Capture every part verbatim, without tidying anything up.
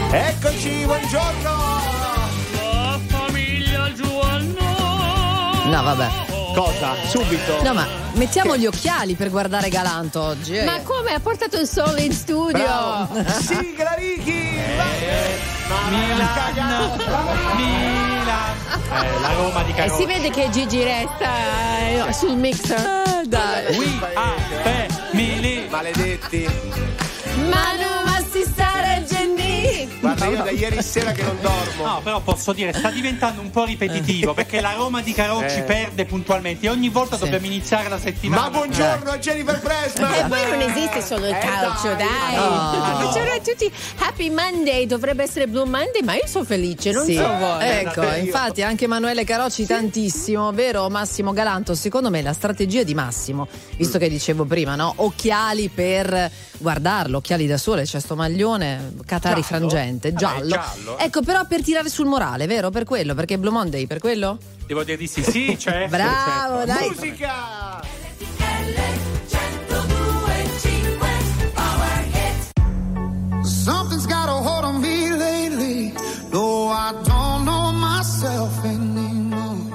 Eccoci, buongiorno. La famiglia Giovanno. No, vabbè. Cosa? Subito? No, ma mettiamo gli occhiali per guardare Galanto oggi. Eh. Ma come? Ha portato il sole in studio. Bravo. Sigla Ricky. Eh, Milan. Milan. Eh, la Roma di E Carocci. si vede che Gigi resta eh, sul mixer. Ah, dai. We are family. Maledetti. Ma non ma si sta reggendo. Guarda, io da ieri sera che non dormo. No, però posso dire, sta diventando un po' ripetitivo perché la Roma di Carocci Eh. perde puntualmente e ogni volta Sì. dobbiamo iniziare la settimana. Ma buongiorno a Jennifer Pressman. E poi non esiste solo il Eh, calcio, dai. dai. No. Facciano tutti Happy Monday, dovrebbe essere Blue Monday, ma io sono felice, non Sì. so voi. Ecco, Io. infatti anche Emanuele Carocci tantissimo, vero Massimo Galanto? Secondo me la strategia di Massimo, visto che dicevo prima, no? Occhiali per guardarlo, occhiali da sole, c'è sto maglione Qatari Giallo? frangente, Vabbè, giallo. giallo. Ecco, però per tirare sul morale, vero? Per quello, perché Blue Monday, per quello? Devo dire di sì, sì, certo. Bravo, certo. dai. Musica. Something's got a hold on me lately. No, I don't know myself anymore.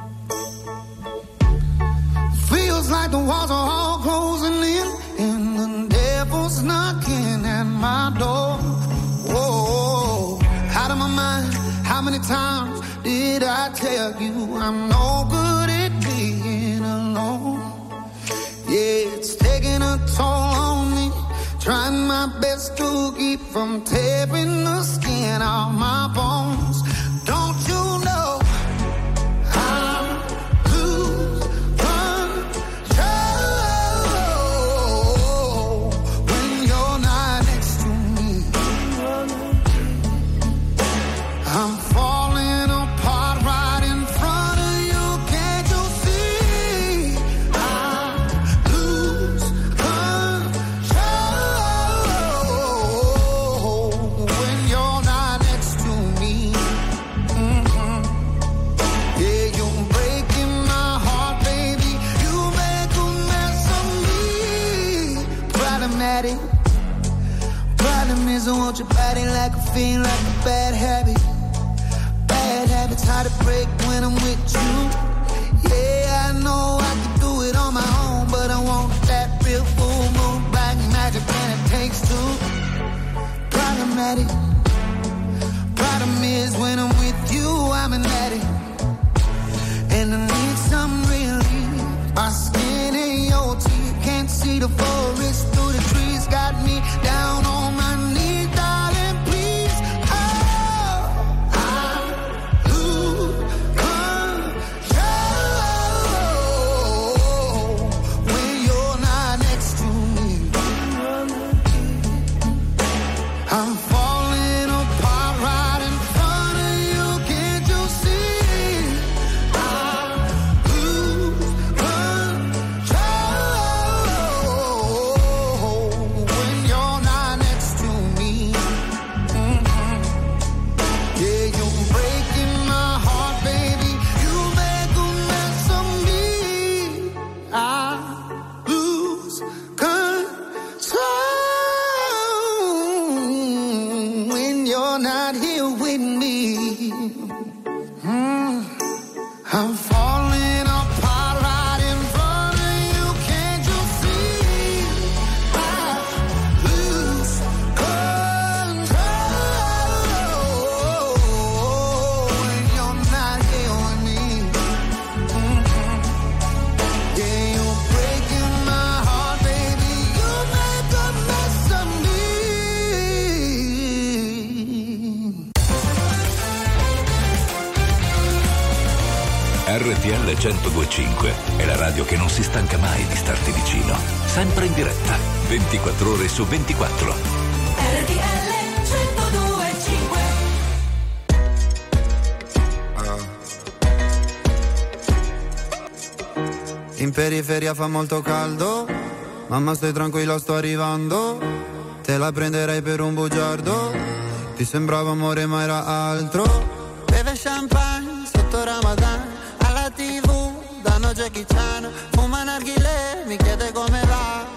Feels like the walls are all closing in, and the devil's knocking at my door. Whoa, out of my mind. How many times did I tell you I'm no good at being alone? Yeah, it's taking a toll on me. Trying my best to keep from tearing the skin off my bones. Don't you know I'm lose control when you're not next to me? I'm falling apart right in front of you. Can't you see? I lose control when you're not next to me. Mhm. Yeah, you're breaking my heart, baby. You make a mess of me. Problematic. Problem is I want your body like a fiend, like a bad habit. Bad habits hard to break when I'm with you. Yeah, I know I can do it on my own, but I want that real full moon black magic and it takes two. Problematic. Problem is when I'm with you, I'm an addict, and I need some relief. My skin and your teeth can't see the forest through the trees. Got me down on my knees, darling, please. Oh, I lose control when you're not next to me. I'm falling apart right in front of you. Can't you see? I lose control when you're not next to me. Mhm. Yeah, you're breaking my heart, baby. You make a mess of me. I lose control when you're not here with me. Mm. I'm falling apart right in front of you. Can't you see? I lose control when you're not here with me. Mhm. Yeah, you're breaking my heart, baby. You make a mess of me. R T L centodue e cinque è la radio che non si stanca mai di starti vicino. Sempre in diretta, ventiquattro ore su ventiquattro. R T L centodue e cinque. In periferia fa molto caldo, mamma stai tranquilla, sto arrivando. Te la prenderei per un bugiardo, ti sembrava amore ma era altro. Beve champagne sotto Ramadan, alla tivù danno Jackie Chan, fuma narghilè, mi chiede come va.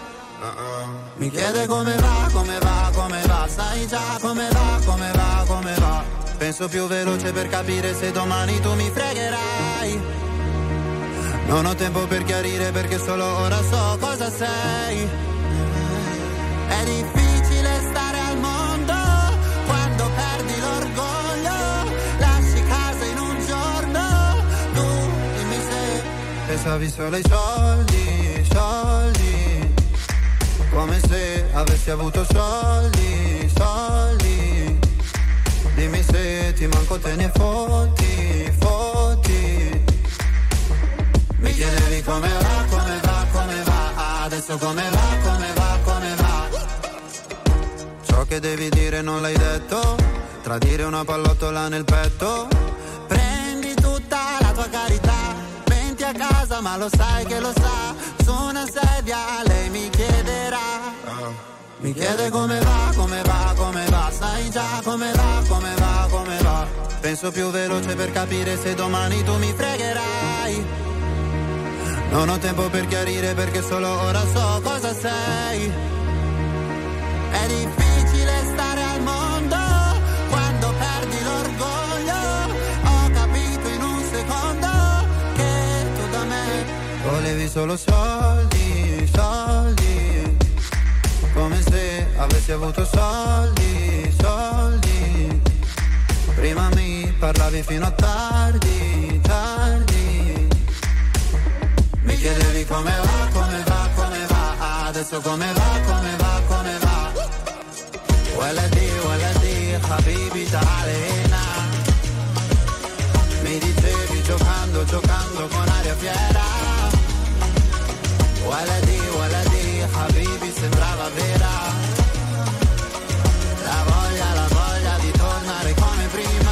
Mi chiede come va, come va, come va, sai già come va, come va, come va. Penso più veloce per capire se domani tu mi fregherai. Non ho tempo per chiarire perché solo ora so cosa sei. È difficile stare al mondo quando perdi l'orgoglio. Lasci casa in un giorno, tu dimmi se pensavi solo ai soldi, soldi. Come se avessi avuto soldi, soldi. Dimmi se ti manco te ne fotti, fotti. Mi chiedevi come va, come va, come va. Adesso come va, come va, come va. Ciò che devi dire non l'hai detto. Tradire una pallottola nel petto. Prendi tutta la tua carità. Venti a casa ma lo sai che lo sa. Su una sedia lei mi chiederà. Mi chiede come va, come va, come va. Sai già come va, come va, come va. Penso più veloce per capire se domani tu mi fregherai. Non ho tempo per chiarire perché solo ora so cosa sei. È difficile stare al mondo quando perdi l'orgoglio. Ho capito in un secondo che tu da me volevi solo soldi, soldi. Come se avessi avuto soldi, soldi. Prima mi parlavi fino a tardi, tardi. Mi chiedevi come va, come va, come va. Adesso come va, come va, come va. Waladi, waladi, habibi ta'alena. Mi dicevi giocando, giocando con aria fiera. Waladi, waladi, habibi sembrava vera. La voglia, la voglia di tornare come prima.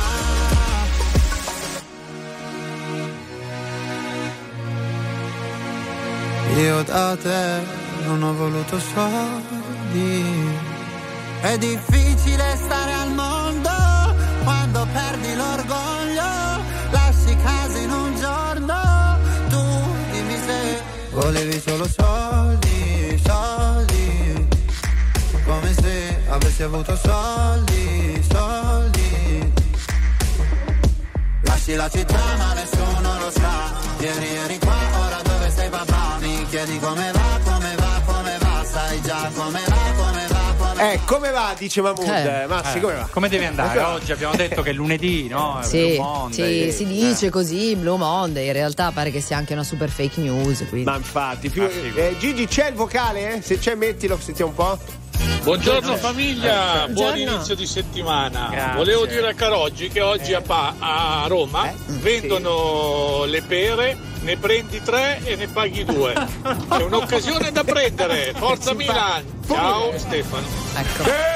Io da te non ho voluto soldi. È difficile stare al mondo quando perdi l'orgoglio. Lasci casa in un giorno. Tu dimmi se volevi solo soldi, soldi. Come se avessi avuto soldi, soldi. Lasci la città ma nessuno lo sa. Ieri eri qua, ora dove sei papà? Mi chiedi come va, come va, come va. Sai già come va, come va, come va. Eh, come va, dice Mahmood. Eh. Massi, Eh, come va? Come deve andare? Come va? Oggi abbiamo detto che è lunedì, no? È Sì, Blue Monday. sì, si dice così, Blue Monday, in realtà pare che sia anche una super fake news. Quindi. Ma infatti, più, Ah, sì. eh, Gigi, c'è il vocale? Eh? Se c'è, mettilo, sentiamo un po'. Buongiorno famiglia, Eh, buon buongiorno. inizio di settimana. Grazie. Volevo dire a Caroggi che oggi a, Pa- a Roma Eh, vendono le pere, ne prendi tre e ne paghi due. È un'occasione da prendere. Forza Milan. Ciao Stefano. Ecco.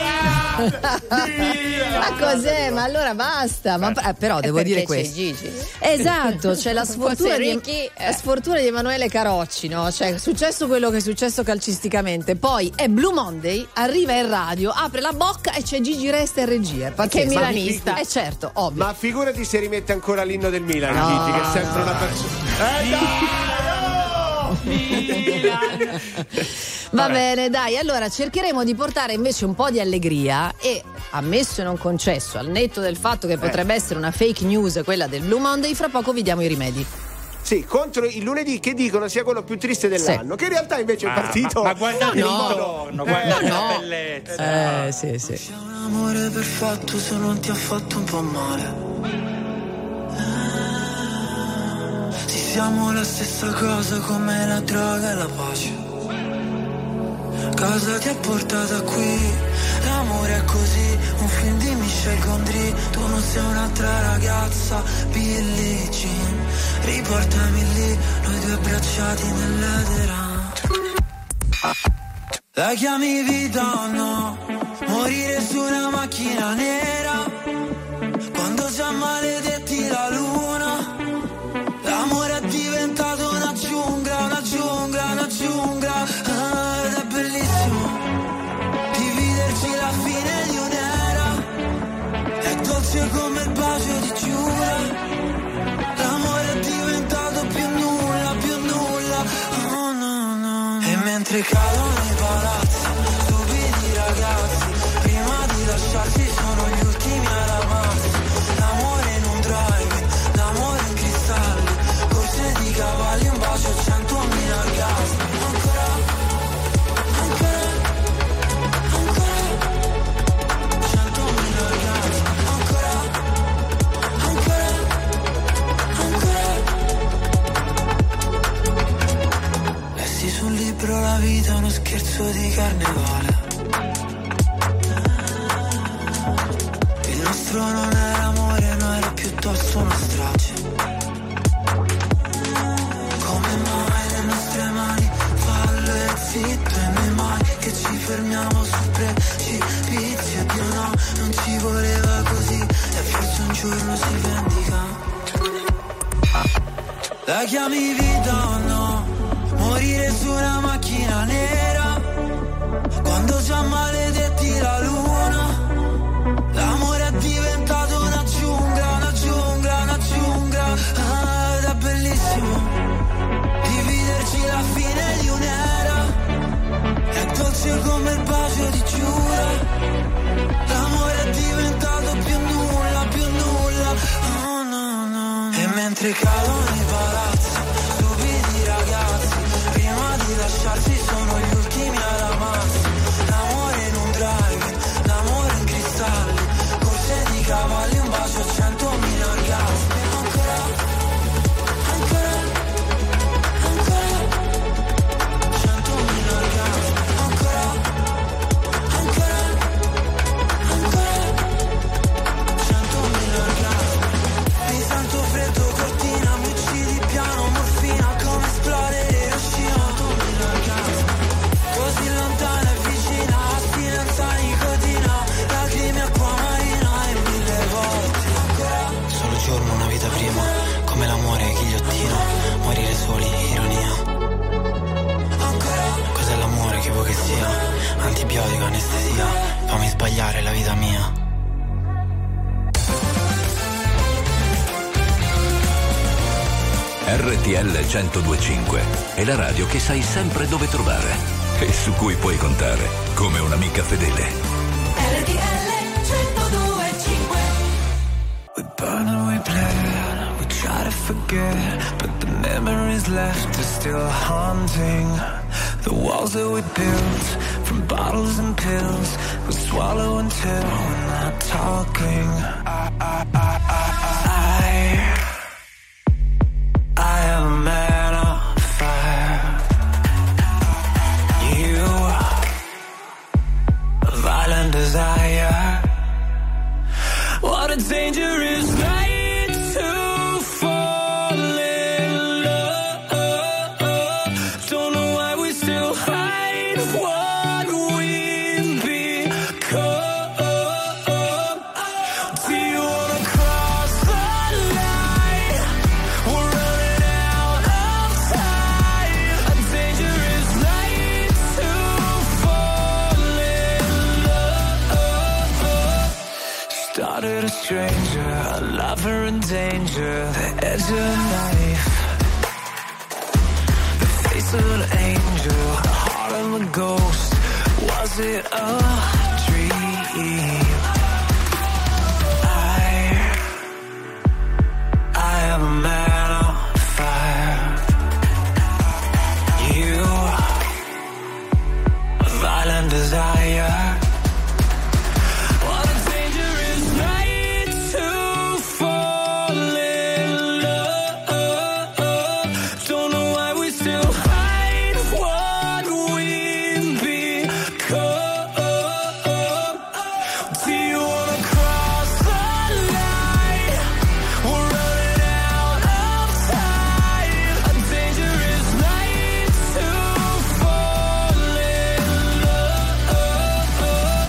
Ma cos'è? Ma allora basta. Ma eh, però devo dire questo. Gigi. Esatto, c'è la sfortuna, Fosse di, Ricky, eh. la sfortuna di Emanuele Carocci, no? Cioè, è successo quello che è successo calcisticamente. Poi è Blue Monday, arriva in radio, apre la bocca e c'è Gigi Resta in regia. È pazzesco. Che milanista. Eh certo, ovvio. Ma figurati se rimette ancora l'inno del Milan, No, Gigi, che è sempre no. una persona. Eh, dai! Va bene, dai, allora cercheremo di portare invece un po' di allegria e, ammesso e non concesso, al netto del fatto che potrebbe essere una fake news quella del Blue Monday, fra poco vi diamo i rimedi. Sì, contro il lunedì che dicono sia quello più triste dell'anno, Sì. che in realtà invece è un Ah, partito. ma, ma guardate in il modo- contorno, guardate no, la no. bellezza. Eh, sì, sì. C'è un amore perfetto se non ti ha fatto un po' male. Sì, siamo la stessa cosa come la droga e la pace. Cosa ti ha portato qui? L'amore è così, un film di Michel Gondry. Tu non sei un'altra ragazza, Billie Jean. Riportami lì, noi due abbracciati nell'edera. La chiami vita o no? Morire su una macchina nera. Quando già maledetti la luna. L'amore è diventato una giungla, una giungla, una giungla. Ah, ed è bellissimo dividerci la fine di un'era. È dolce come il bacio di Giura. L'amore è diventato più nulla, più nulla. Oh no, no. E mentre cadono i camminiamo sul precipizio. Dio no, non ci voleva così, e forse un giorno si vendica. La chiami vita o no? Morire su una macchina nera, quando già maledetti la luna. L'amore è diventato una giungla, una giungla, una giungla. Ah, ed è bellissimo dividerci la fine di un'era. È dolce come il bacio di Giura. L'amore è diventato più nulla, più nulla. Oh no, no, no. E mentre cadono i palazzi, stupidi ragazzi, prima di lasciarsi sono gli ultimi ad amarsi. L'amore in un drive, l'amore in cristalli, corse di cavalli, un bacio a centomila orgasmi. Ancora, ancora, ancora, centomila orgasmi. Ancora, ancora, ancora, centomila orgasmi. Mi sento freddo, cortina, mi uccidi piano, morfina, come esplodere Hiroshima. Centomila orgasmi. Così lontana e vicina, astinenza, nicotina, lacrime, acqua marina e mille volte. Ancora, solo giorno, una vita prima, come l'amore, ghigliottina, morire soli, ironia. Ancora, cos'è l'amore, che vuoi che sia? Antibiotico, anestesia, fammi sbagliare la vita mia. R T L centodue e cinque è la radio che sai sempre dove trovare e su cui puoi contare come un'amica fedele. R T L centodue e cinque. We burn and we plan, we try to forget, but the memories left are still haunting. The walls that we built from bottles and pills, we swallow until we're not talking. I, I, I, I, I am a man on fire. You, a violent desire. What a dangerous night to fall in love. Don't know why we still hide what we've become. Do you wanna cross the line? We're running out of time. A dangerous night to fall in love. Started a stranger, a lover in danger, the edge of a knife, the face of an angel, the heart of a ghost. Was it a dream? I, I am a man on fire. You, a violent desire. What a dangerous night to fall in love. Don't know why we still hide what we've become. Do you wanna cross the line? We're running out of time. A dangerous night to fall in love.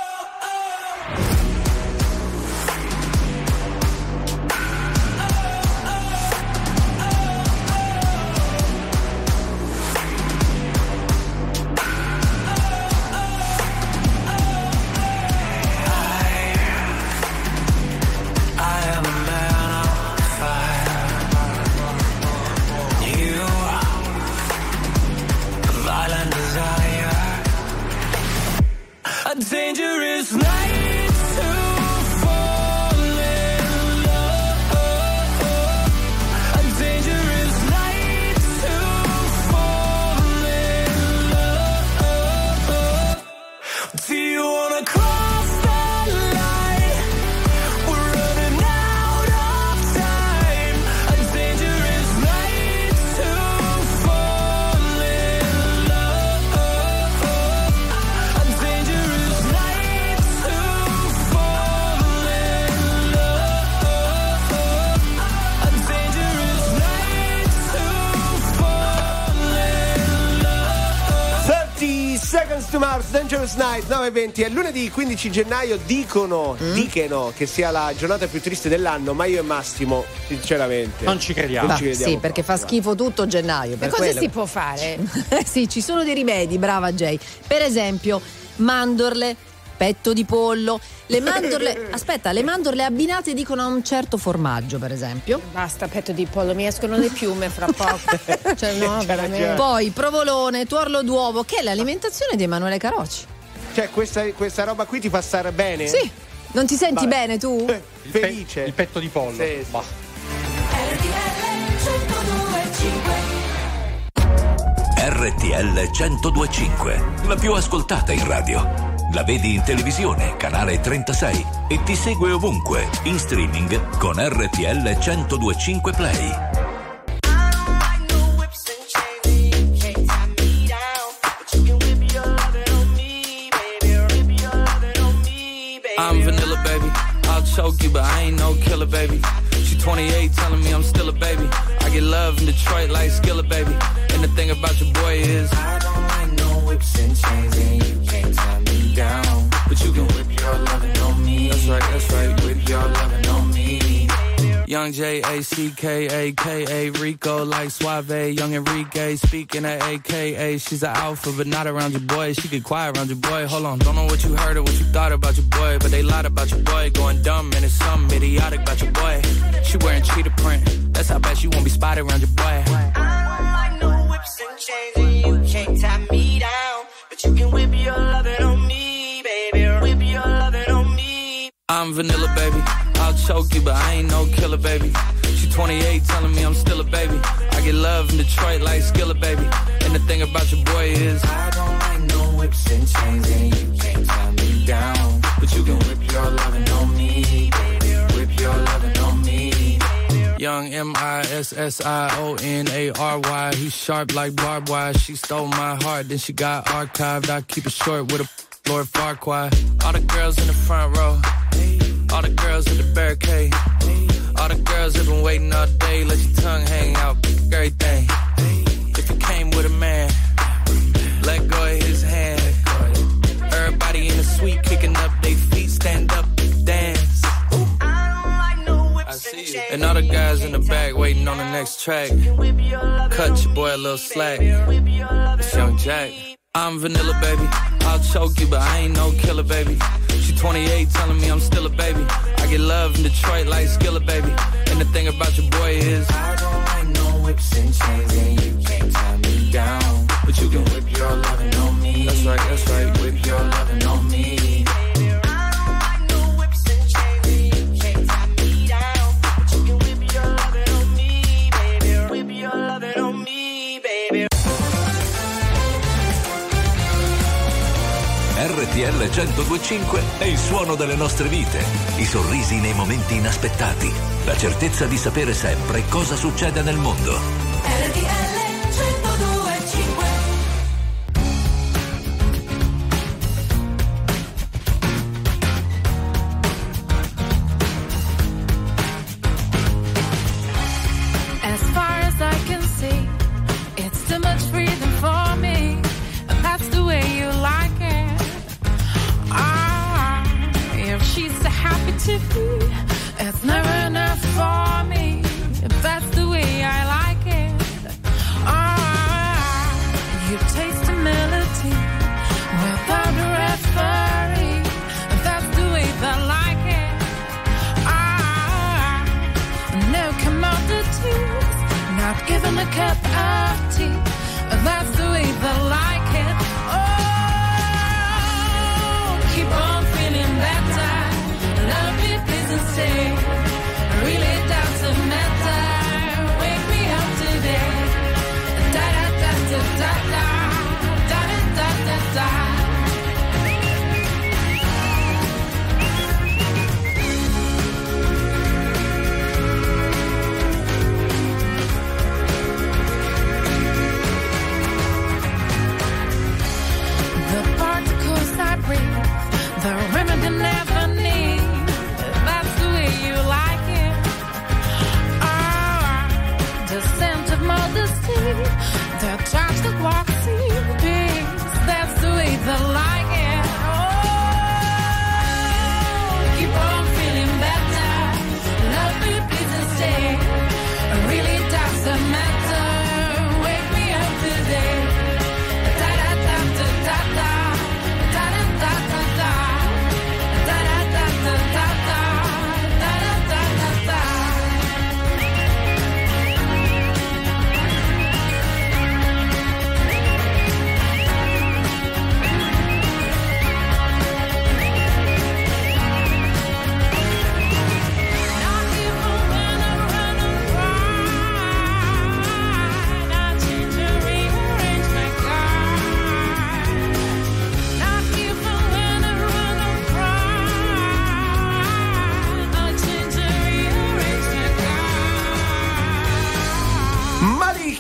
I am a man on fire. You, a violent desire. A dangerous night to fall in love. A dangerous night to fall in love. Do you wanna cross the line? We're running out of time. A dangerous night to fall in love. A dangerous night to Colors, Dangerous Night, nove e venti. È lunedì quindici gennaio. Dicono, mm. dicono che sia la giornata più triste dell'anno, ma io e Massimo, sinceramente, non ci crediamo. Non ci crediamo sì, perché fa schifo tutto gennaio. Che per cosa quello. si può fare? Sì, ci sono dei rimedi, brava Jay. Per esempio, mandorle, petto di pollo, le mandorle, aspetta, le mandorle abbinate dicono a un certo formaggio, per esempio. Basta petto di pollo, mi escono le piume fra poco. Cioè no, veramente. Poi provolone, tuorlo d'uovo, che è l'alimentazione di Emanuele Carocci. Cioè questa, questa roba qui ti fa stare bene? Sì. Non ti senti Vabbè. bene tu? Il Felice. Pe- il petto di pollo. Sì, sì. Bah. R T L centodue e cinque, la più ascoltata in radio. La vedi in televisione, canale trentasei, e ti segue ovunque, in streaming con R T L centodue e cinque Play. I'm vanilla, baby. I'll choke you, but I ain't no killer, baby. She twenty-eight, telling me I'm still a baby. I get love in Detroit like Skillet, baby. And the thing about your boy is I don't like no whips and chains, and you can't tie me down. But you can whip your lovin' on me. That's right, that's right, whip your lovin' on me. Young J A C K A K A Rico like Suave. Young Enrique speaking at A K A. She's an alpha but not around your boy. She get quiet around your boy. Hold on, don't know what you heard or what you thought about your boy, but they lied about your boy. Going dumb and it's something idiotic about your boy. She wearing cheetah print. That's how bad she won't be spotted around your boy. I don't like no whips and chains, and you can't tie me down. But you can whip your lovin' on me, baby. Whip your lovin' on me. I'm vanilla, baby. I'll choke you, but I ain't no killer, baby. She twenty-eight, telling me I'm still a baby. I get love in Detroit like Skillet, baby. And the thing about your boy is I don't like no whips and chains, and you can't tie me down. But you can whip your lovin' on me, baby. Whip your lovin' on me. Young M I S S I O N A R Y. He's sharp like barbed wire. She stole my heart, then she got archived. I keep it short with a Lord Farquaad. All the girls in the front row. All the girls at the barricade. All the girls have been waiting all day. Let your tongue hang out, everything. If you came with a man, let go of his hand. Everybody in the suite kicking up their feet. Stand up, dance. I see you. And all the guys in the back waiting on the next track. Cut your boy a little slack. It's Young Jack. I'm vanilla, baby. I'll choke you, but I ain't no killer, baby. She twenty-eight, telling me I'm still a baby. I get love in Detroit like Skillet, baby. And the thing about your boy is I don't like no whips and chains, and you can't tie me down. But you can whip your lovin' on me. That's right, that's right, whip your lovin' on me. R T L centodue e cinque è il suono delle nostre vite, i sorrisi nei momenti inaspettati, la certezza di sapere sempre cosa succede nel mondo. R T L centodue e cinque. As far as I can see, it's too much freedom for me, and that's the way you like it. Ah, if she's so happy to be, it's never enough for me. If that's the way I like it. Ah, you taste the melody without a referee. If that's the way that I like it. Ah, no commodities, not given a cup of tea. If that's the way that I like it. Oh, keep on feeling better. Love me, please, and stay. Really doesn't matter. Wake me up today. Da da da da da da da da da da. The particles I breathe, the remedy never need. That's the way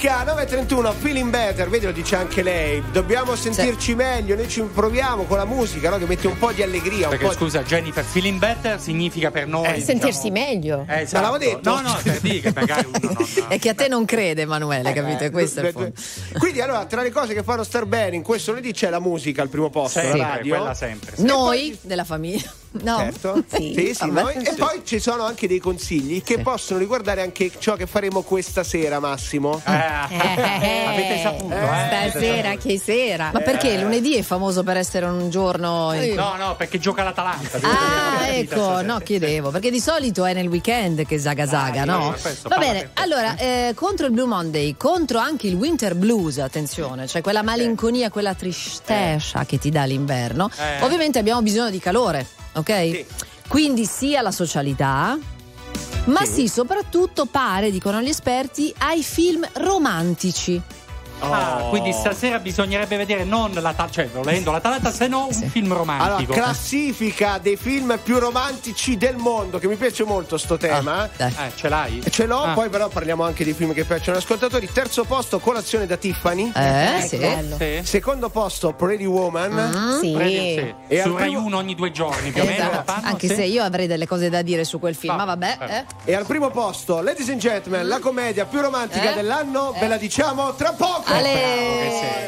Mika nove e trentuno, Feeling Better, vedi lo dice anche lei. Dobbiamo sentirci meglio, noi ci proviamo con la musica, no? Che mette un po' di allegria. Un Perché po' scusa, Jennifer, feeling better significa per noi. Eh, sentirsi diciamo, meglio. Eh, esatto. Ma l'avevo detto? No, no, per dire che magari uno non. È che a te non crede, Emanuele, capito? Eh, Questo è il due- fondo. Quindi allora tra le cose che fanno star bene in questo lunedì c'è la musica al primo posto, Sempre, la radio. quella sempre. Noi della famiglia. No. Certo, Sì, sì, sì, vabbè, noi. E sì. poi ci sono anche dei consigli che Sì. possono riguardare anche ciò che faremo questa sera, Massimo. Eh, avete saputo, eh? Stasera, che sera. Ma perché lunedì è famoso per essere un giorno in- No, no, perché gioca l'Atalanta. Ah, ecco, no, chiedevo, perché di solito è nel weekend che zaga zaga, Ah, no? sì, questo Va parla bene, per te. allora, eh, contro il Blue Monday, contro anche il Winter Blues, attenzione, cioè quella malinconia, quella tristezza che ti dà l'inverno, Eh. ovviamente abbiamo bisogno di calore, ok? Sì. Quindi sia la socialità, ma sì, soprattutto pare, dicono gli esperti, ai film romantici. Ah, quindi stasera bisognerebbe vedere non l'Atalanta, cioè volendo l'Atalanta, se no un Sì. film Allora, romantico. classifica dei film più romantici del mondo, che mi piace molto sto tema. Dai. Eh, ce l'hai? Ce l'ho, Ah. poi però parliamo anche di film che piacciono agli ascoltatori. Terzo posto, Colazione da Tiffany. Eh, sì. bello. Sì. Secondo posto, Pretty Woman. Sì. Prendi- sì. E Su al Rai primo- uno ogni due giorni più o meno. Esatto. lo fanno, Anche sì. se io avrei delle cose da dire su quel film, ma vabbè. Vabbè. Eh. E al primo posto, Ladies and Gentlemen, la commedia più romantica Eh? dell'anno, ve la diciamo tra poco. Ale. Sì.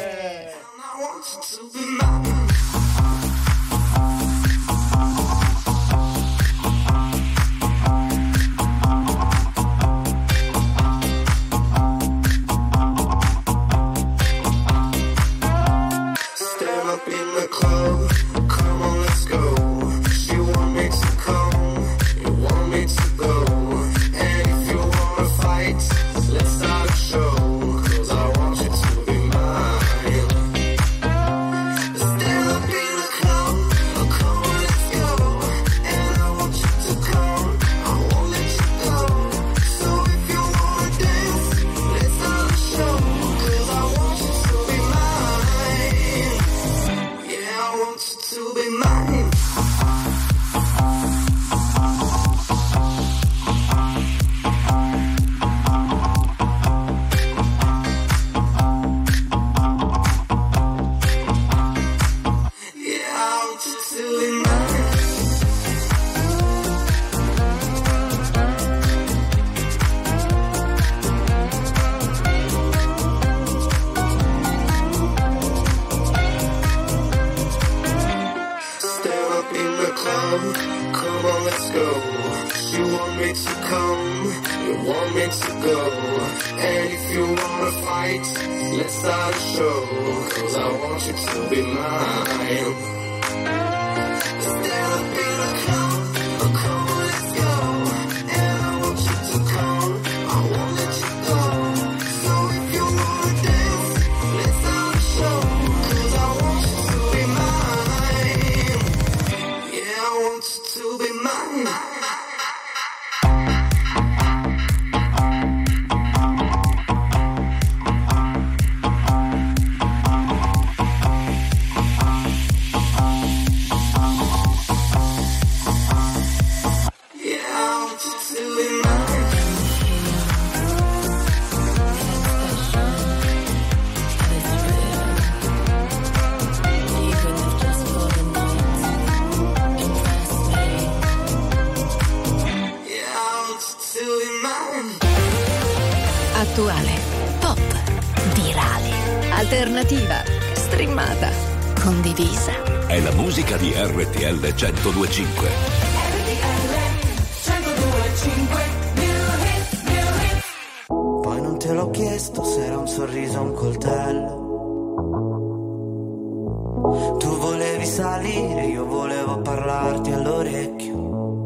Stand up in the club, come on, let's go. She want me to come, you want me to go. And if you wanna fight, let's start a show. 'Cause I want you to be mine. Stand up in the club, come on, let's go. And I want you to come, I won't let you go. So if you wanna dance, let's start a show. 'Cause I want you to be mine. Yeah, I want you to be mine. Yeah, I want you to be mine. Stand up in the club, come on, let's go. She want me to come, you want me to go. And if you wanna fight, let's start a show. 'Cause I want you to be mine. Stand up in the club, come on, let's go. And I want you to come, I won't let you go. So if you wanna dance, let's start a show. 'Cause I want you to be mine. Yeah, I want you to be mine. Yeah, I want you to be mine. Yeah, I want you to be mine. Attuale, pop, virale, alternativa, streamata, condivisa. È la musica di R T L centodue e cinque. Poi non te l'ho chiesto se era un sorriso o un coltello. Tu volevi salire, io volevo parlarti all'orecchio.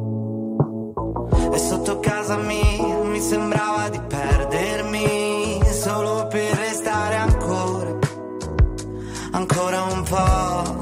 E sotto casa mia mi sembrava di perdermi, solo per restare ancora, ancora un po'.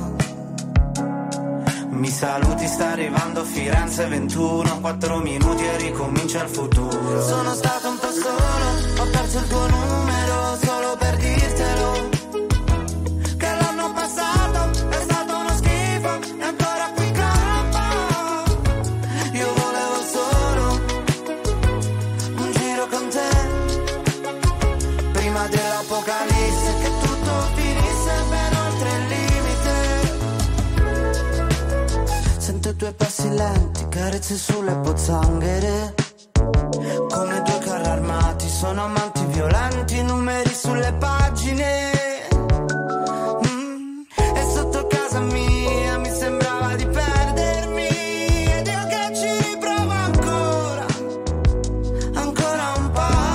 Mi saluti, sta arrivando Firenze ventuno, quattro minuti e ricomincia il futuro. Sono stato un po' solo, ho perso il tuo numero solo per dirtelo, che l'anno passato è stato uno schifo e ancora qui campo. Io volevo solo un giro con te, prima i tuoi passi lenti, carezze sulle pozzanghere. Come due carri armati, sono amanti violenti, numeri sulle pagine. Mm. E sotto casa mia mi sembrava di perdermi, ed io che ci riprovo ancora, ancora un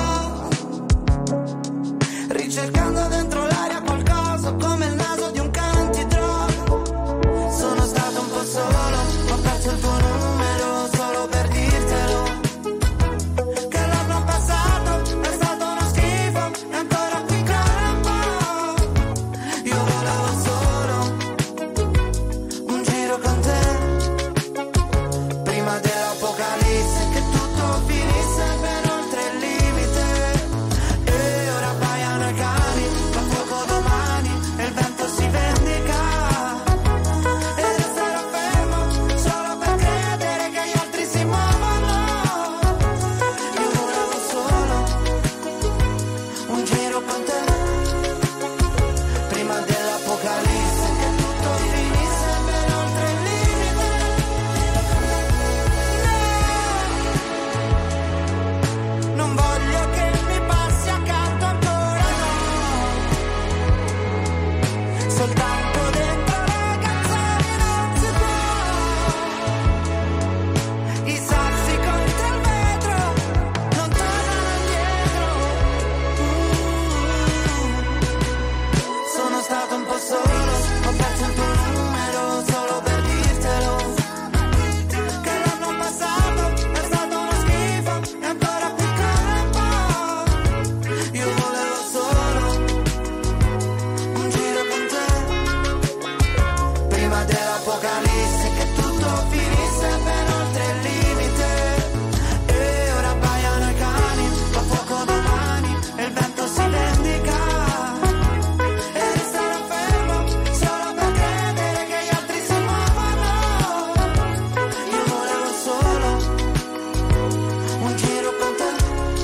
po', ricercando dentro l'aria qualcosa come il naso di un cane antidroga. Sono stato un po' solo, ho perso il tuo numero solo per dirtelo, che l'anno passato è stato uno schifo e ancora qui campo. Io volevo solo un giro con te, prima dell'apocalisse, che tutto finisse ben oltre il limite. E ora baiano i cani, fa fuoco domani e il vento si vendica. E resterò fermo solo per credere che gli altri si muovono. Io volevo solo un giro con te, prima dell'apocalisse, che tutto finisse ben oltre il limite. No, non voglio che mi passi accanto ancora, no. Soltanto dentro le canzoni non si può. I sassi contro il vetro non tornano indietro. Mm. Sono stato un po' solo, ho perso il tuo numero solo per dirtelo, che l'anno passato è stato uno schifo e ancora qui campo. Io volevo solo un giro con te, prima dell'apocalisse, che tutto finisse ben oltre il limite. E ora baiano i cani, fa fuoco domani e il vento si vendica. E resterò fermo solo per credere che gli altri si muovono. Io volevo solo un giro con te,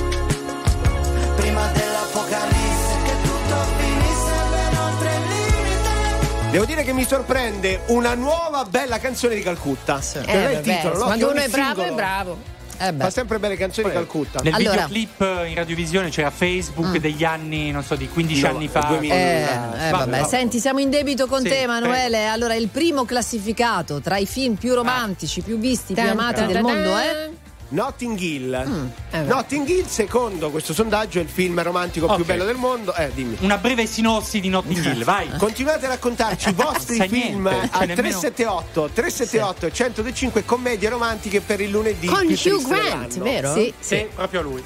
prima dell'apocalisse, che tutto finisse ben oltre il limite. Devo dire che mi sorprende una nuova bella canzone di Calcutta. Che Eh, non è il vabbè, titolo, no? quando Che uno ogni è bravo, singolo è bravo. Eh beh. Fa sempre belle canzoni di Calcutta. Nel Allora. videoclip in radiovisione c'era Facebook Mm. degli anni, non so, di quindici No, anni fa. duemila. Eh, Eh, eh, vabbè. vabbè. Senti, siamo in debito con Sì, te, Emanuele. Allora, il primo classificato tra i film più romantici, più visti, più Tan, amati tan, del tan, mondo tan. è Notting Hill. eh, Notting Hill, secondo questo sondaggio, è il film romantico Ok. più bello del mondo. Eh, dimmi. Una breve sinossi di Notting Hill, vai. Continuate a raccontarci i vostri Sai film niente, cioè al nemmeno- tre sette otto tre sette otto uno zero due cinque, commedie romantiche per il lunedì Con più Hugh triste Grant, dell'anno. vero? Sì, Sì, sì. proprio lui.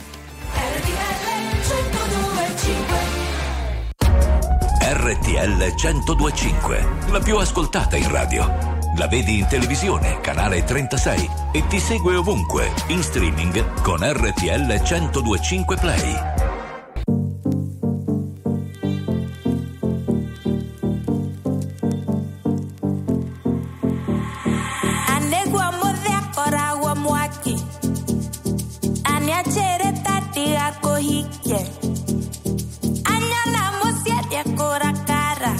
R T L centodue e cinque, la più ascoltata in radio. La vedi in televisione, canale trentasei, e ti segue ovunque, in streaming con R T L centodue e cinque Play. Anegua modea koragua mwaki. Aniachere tati akohike. Anyala mosia kora cara.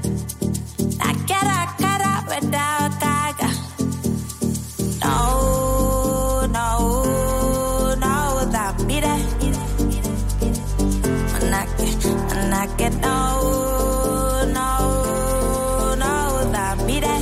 Akara cara weda kaga. No, no, no, that mire. Anake, anake, no, no, no, that mire.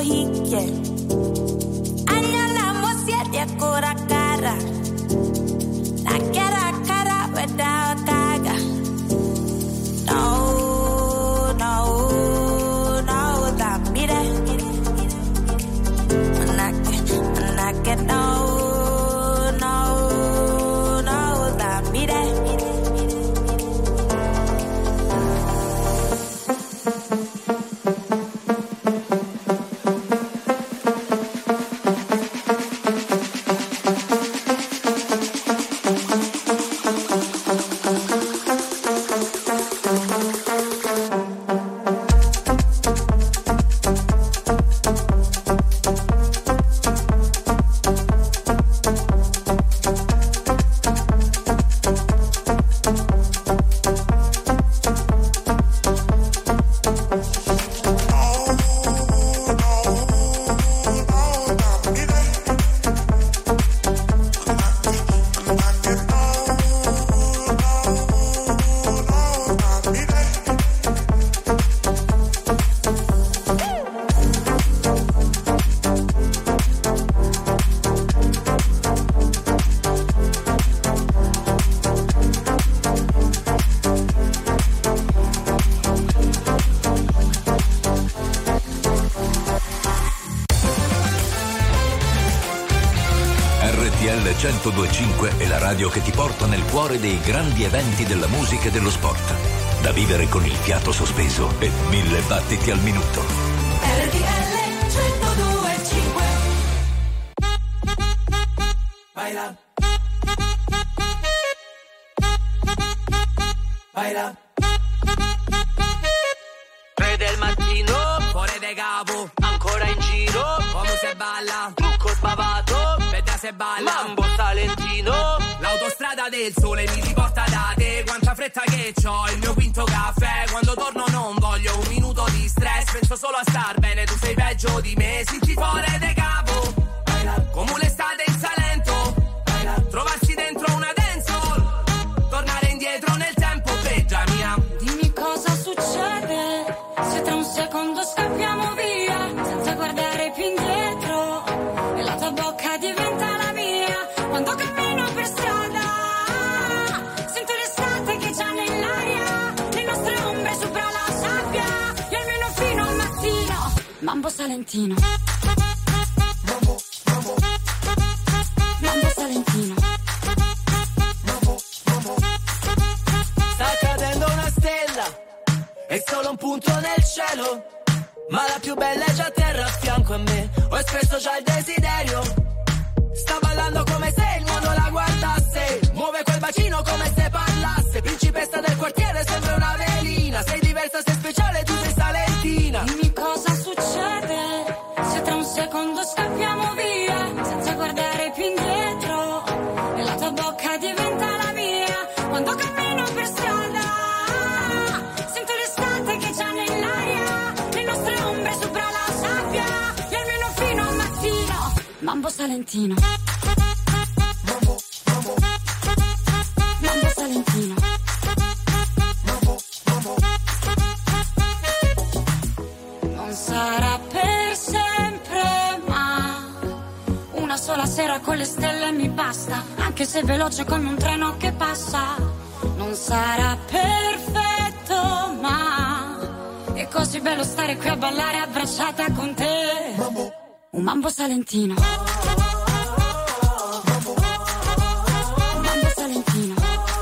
hike. Anyala mosia dia kora kara. Na kara kara without kaga. No, no, no, da mire. Manake, manake, no, no, no, da mire. centodue e cinque è la radio che ti porta nel cuore dei grandi eventi della musica e dello sport. Da vivere con il fiato sospeso e mille battiti al minuto. R T L centodue e cinque. Baila. Baila. tre del mattino, fuori de capo, ancora in giro, come se balla, trucco sbavato, veda se balla, Mambo Salentino, l'autostrada del sole mi riporta da te, quanta fretta che c'ho, il mio quinto caffè, quando torno non voglio un minuto di stress, penso solo a star bene, tu sei peggio di me, sinti fuori de capo, come l'estate in Salento, trovarsi dentro una dancehall, tornare indietro nel tempo, peggia mia. Dimmi cosa succede, se tra un secondo scappiamo via, senza guardare più indietro, e la tua bocca diventa la mia, quando cammino per strada, sento l'estate che già nell'aria, le nostre ombre sopra la sabbia, e almeno fino al mattino, Mambo Salentino. Mambo, mambo. Mambo Salentino. Sta cadendo una stella, è solo un punto nel cielo, ma la più bella è già a terra a fianco a me, ho espresso già il desiderio, sta ballando come se il mondo la guardasse, muove quel bacino come se parlasse, principessa del quartiere sembra una velina, sei diversa, sei speciale, tu sei salentina. Dimmi cosa succede, se tra un secondo scappiamo via, senza guardare più indietro, e la tua bocca diventa la mia, quando cammino per strada, sento l'estate che già nell'aria, le nostre ombre sopra la sabbia, e almeno fino al mattino, Mambo Salentino. Mambo, mambo. Mambo Salentino. Mambo, mambo. Non sarà per sempre, ma una sola sera con le stelle mi basta, anche se veloce come un treno che passa. Non sarà perfetto, ma è così bello stare qui a ballare abbracciata con te. Mambo. Un Mambo Salentino. Mambo Salentino.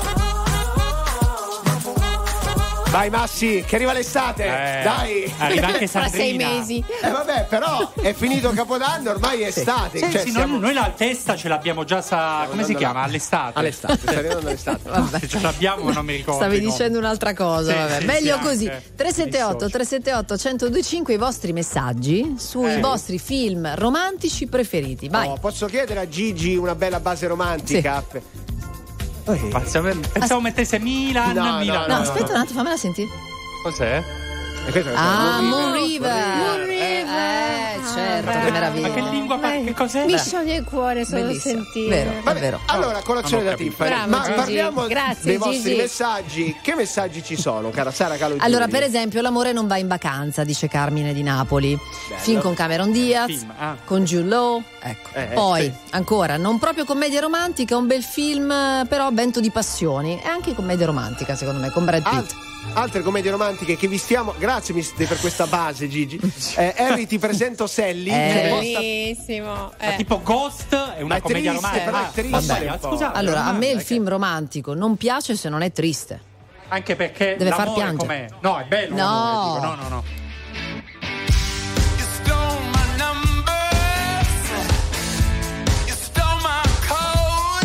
Vai Massi, che arriva l'estate. Eh, Dai. arriva anche Fra sei Sandrina. mesi. Eh vabbè, però è finito Capodanno, ormai è estate. Sì, cioè, sì, siamo... noi, noi la testa ce l'abbiamo già sa, come si andando chiama? là. All'estate. All'estate, sta arrivando all'estate. Vabbè. Ce l'abbiamo ma non mi ricordo. Stavi il nome. dicendo un'altra cosa, Sì, vabbè. sì, Meglio sì, così. anche. tre sette otto tre sette otto uno zero due cinque i vostri messaggi sui Eh. vostri film romantici preferiti. Vai. Oh, posso chiedere a Gigi una bella base romantica? Pensavo, pensavo mettesse Milan, No, no, Milan. No, aspetta un attimo, fammela sentire. Cos'è? E questo è Ah, Moon Moon River. River. Moon River. Eh, certo. che meraviglia. Ma che lingua parla? Che cos'è? Mi scioglie il cuore solo Bellissimo. sentire. Vero, Vabbè, davvero. allora, colazione non ho da capito. Tiffany. Bravo, Ma Gigi. parliamo Grazie, dei vostri Gigi. messaggi. Che messaggi ci sono, cara Sara Calogero? Allora, per esempio, l'amore non va in vacanza, dice Carmine di Napoli. Film con Cameron Diaz, Film, ah. con Jude Law. Ecco. Eh, Poi, sì. ancora, non proprio commedia romantica, un bel film, però vento di passioni. E anche commedia romantica, secondo me, con Brad Pitt. Alt- altre commedie romantiche che vi stiamo. Grazie mister, per questa base, Gigi. Eh, Harry, ti presento Sally. Eh. che posta- Bellissimo. Ma Eh. tipo Ghost è una Ma è commedia triste, romantica. però è Ah, triste vabbè, un po'. scusate, Allora, a me il che- film romantico non piace se non è triste. Anche perché Deve far l'amore piangere. com'è? No, è bello. No. l'amore, dico, no, no, no. You stole my numbers. You stole my code.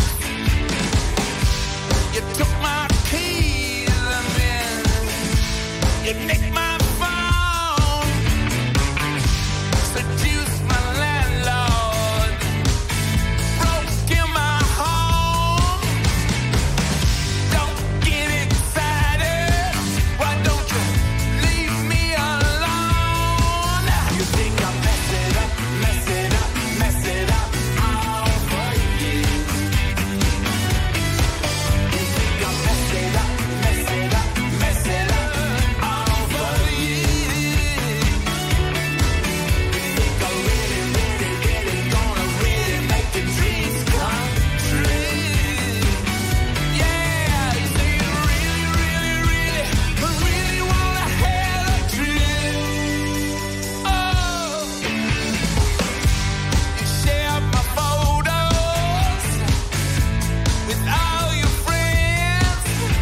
You took my keys and then you nicked my phone. Seduced my landlord. Broke in my home. Don't get excited. Why don't you leave me alone? You think I mess it up, mess it up, mess it up all for you. You think I mess it up, mess it up, mess it up all for you. You think I'm really, really, really gonna really make your dreams come true. Yeah, you say you really, really, really, but really wanna have a dream. Oh, you share my photos with all your friends.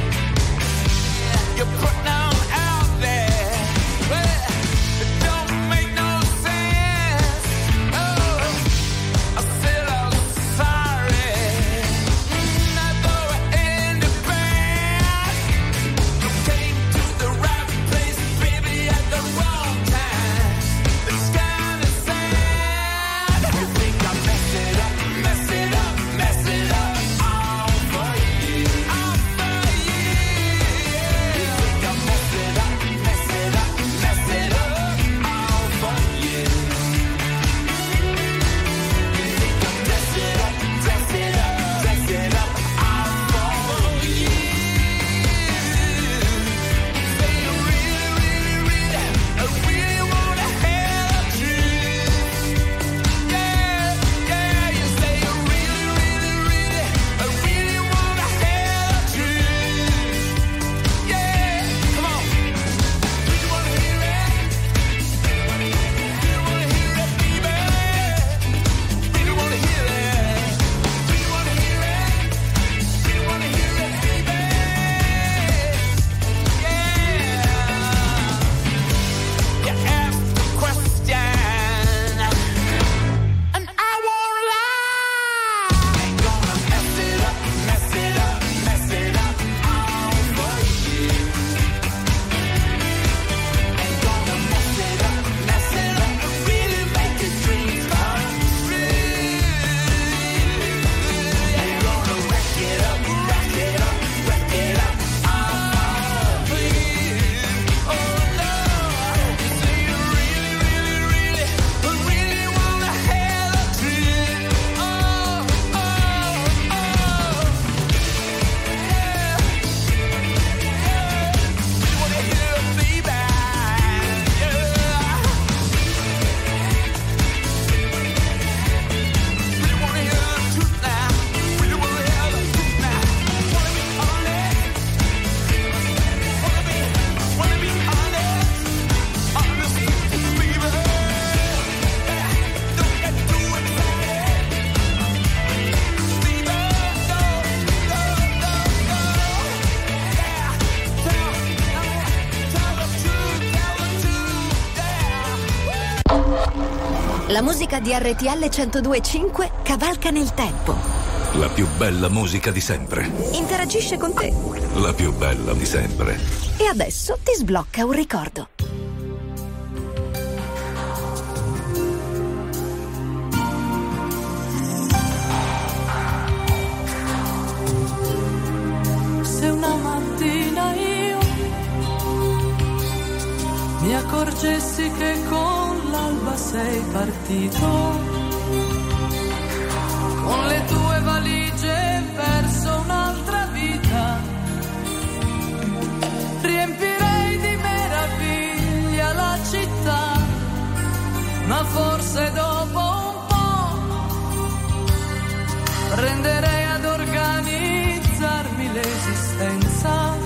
You put them out there, but it don't make no sense. Oh, I said I'm sorry. Mm, I throw it in the bag. You came to the right place, baby, at the wrong time. It's kinda sad. You think I mess it up, mess it up, mess it up all for you, all for you. You think I mess it up, mess it up, mess it up all for you. You think I dress it up, dress it up, dress it up all for you. Say you really, really, really, I really wanna have a dream. Yeah, yeah, you say you really, really, really, I really wanna have a dream. Yeah, come on. Do you wanna hear it? Do you wanna hear it, baby? Do you wanna hear it? Do you wanna hear it? Do you wanna hear it, baby? Yeah. You asked the question, and I won't lie. Ain't gonna mess it up, mess it up, mess it up all for you. Ain't gonna mess it up, mess it up, really make your dreams come true. Ain't gonna wreck it up, wreck it up, wreck it up all for you. Oh no, you say you really, really, really, but really wanna have a dream. Oh, oh, oh. You wanna hear it, baby? Yeah. Really wanna hear the truth now. Really wanna hear the truth now. Wanna be honest. Wanna be, wanna be honest. Honest, baby. Don't get too excited. Baby, no, no, no, no. Yeah. Tell, tell the truth, tell the truth, yeah. La musica di R T L centodue e cinque cavalca nel tempo. La più bella musica di sempre. Interagisce con te. La più bella di sempre. E adesso ti sblocca un ricordo. Se una mattina io mi accorgessi che con l'alba sei sei partito con le tue valigie verso un'altra vita. Riempirei di meraviglia la città, ma forse dopo un po' prenderei ad organizzarmi l'esistenza.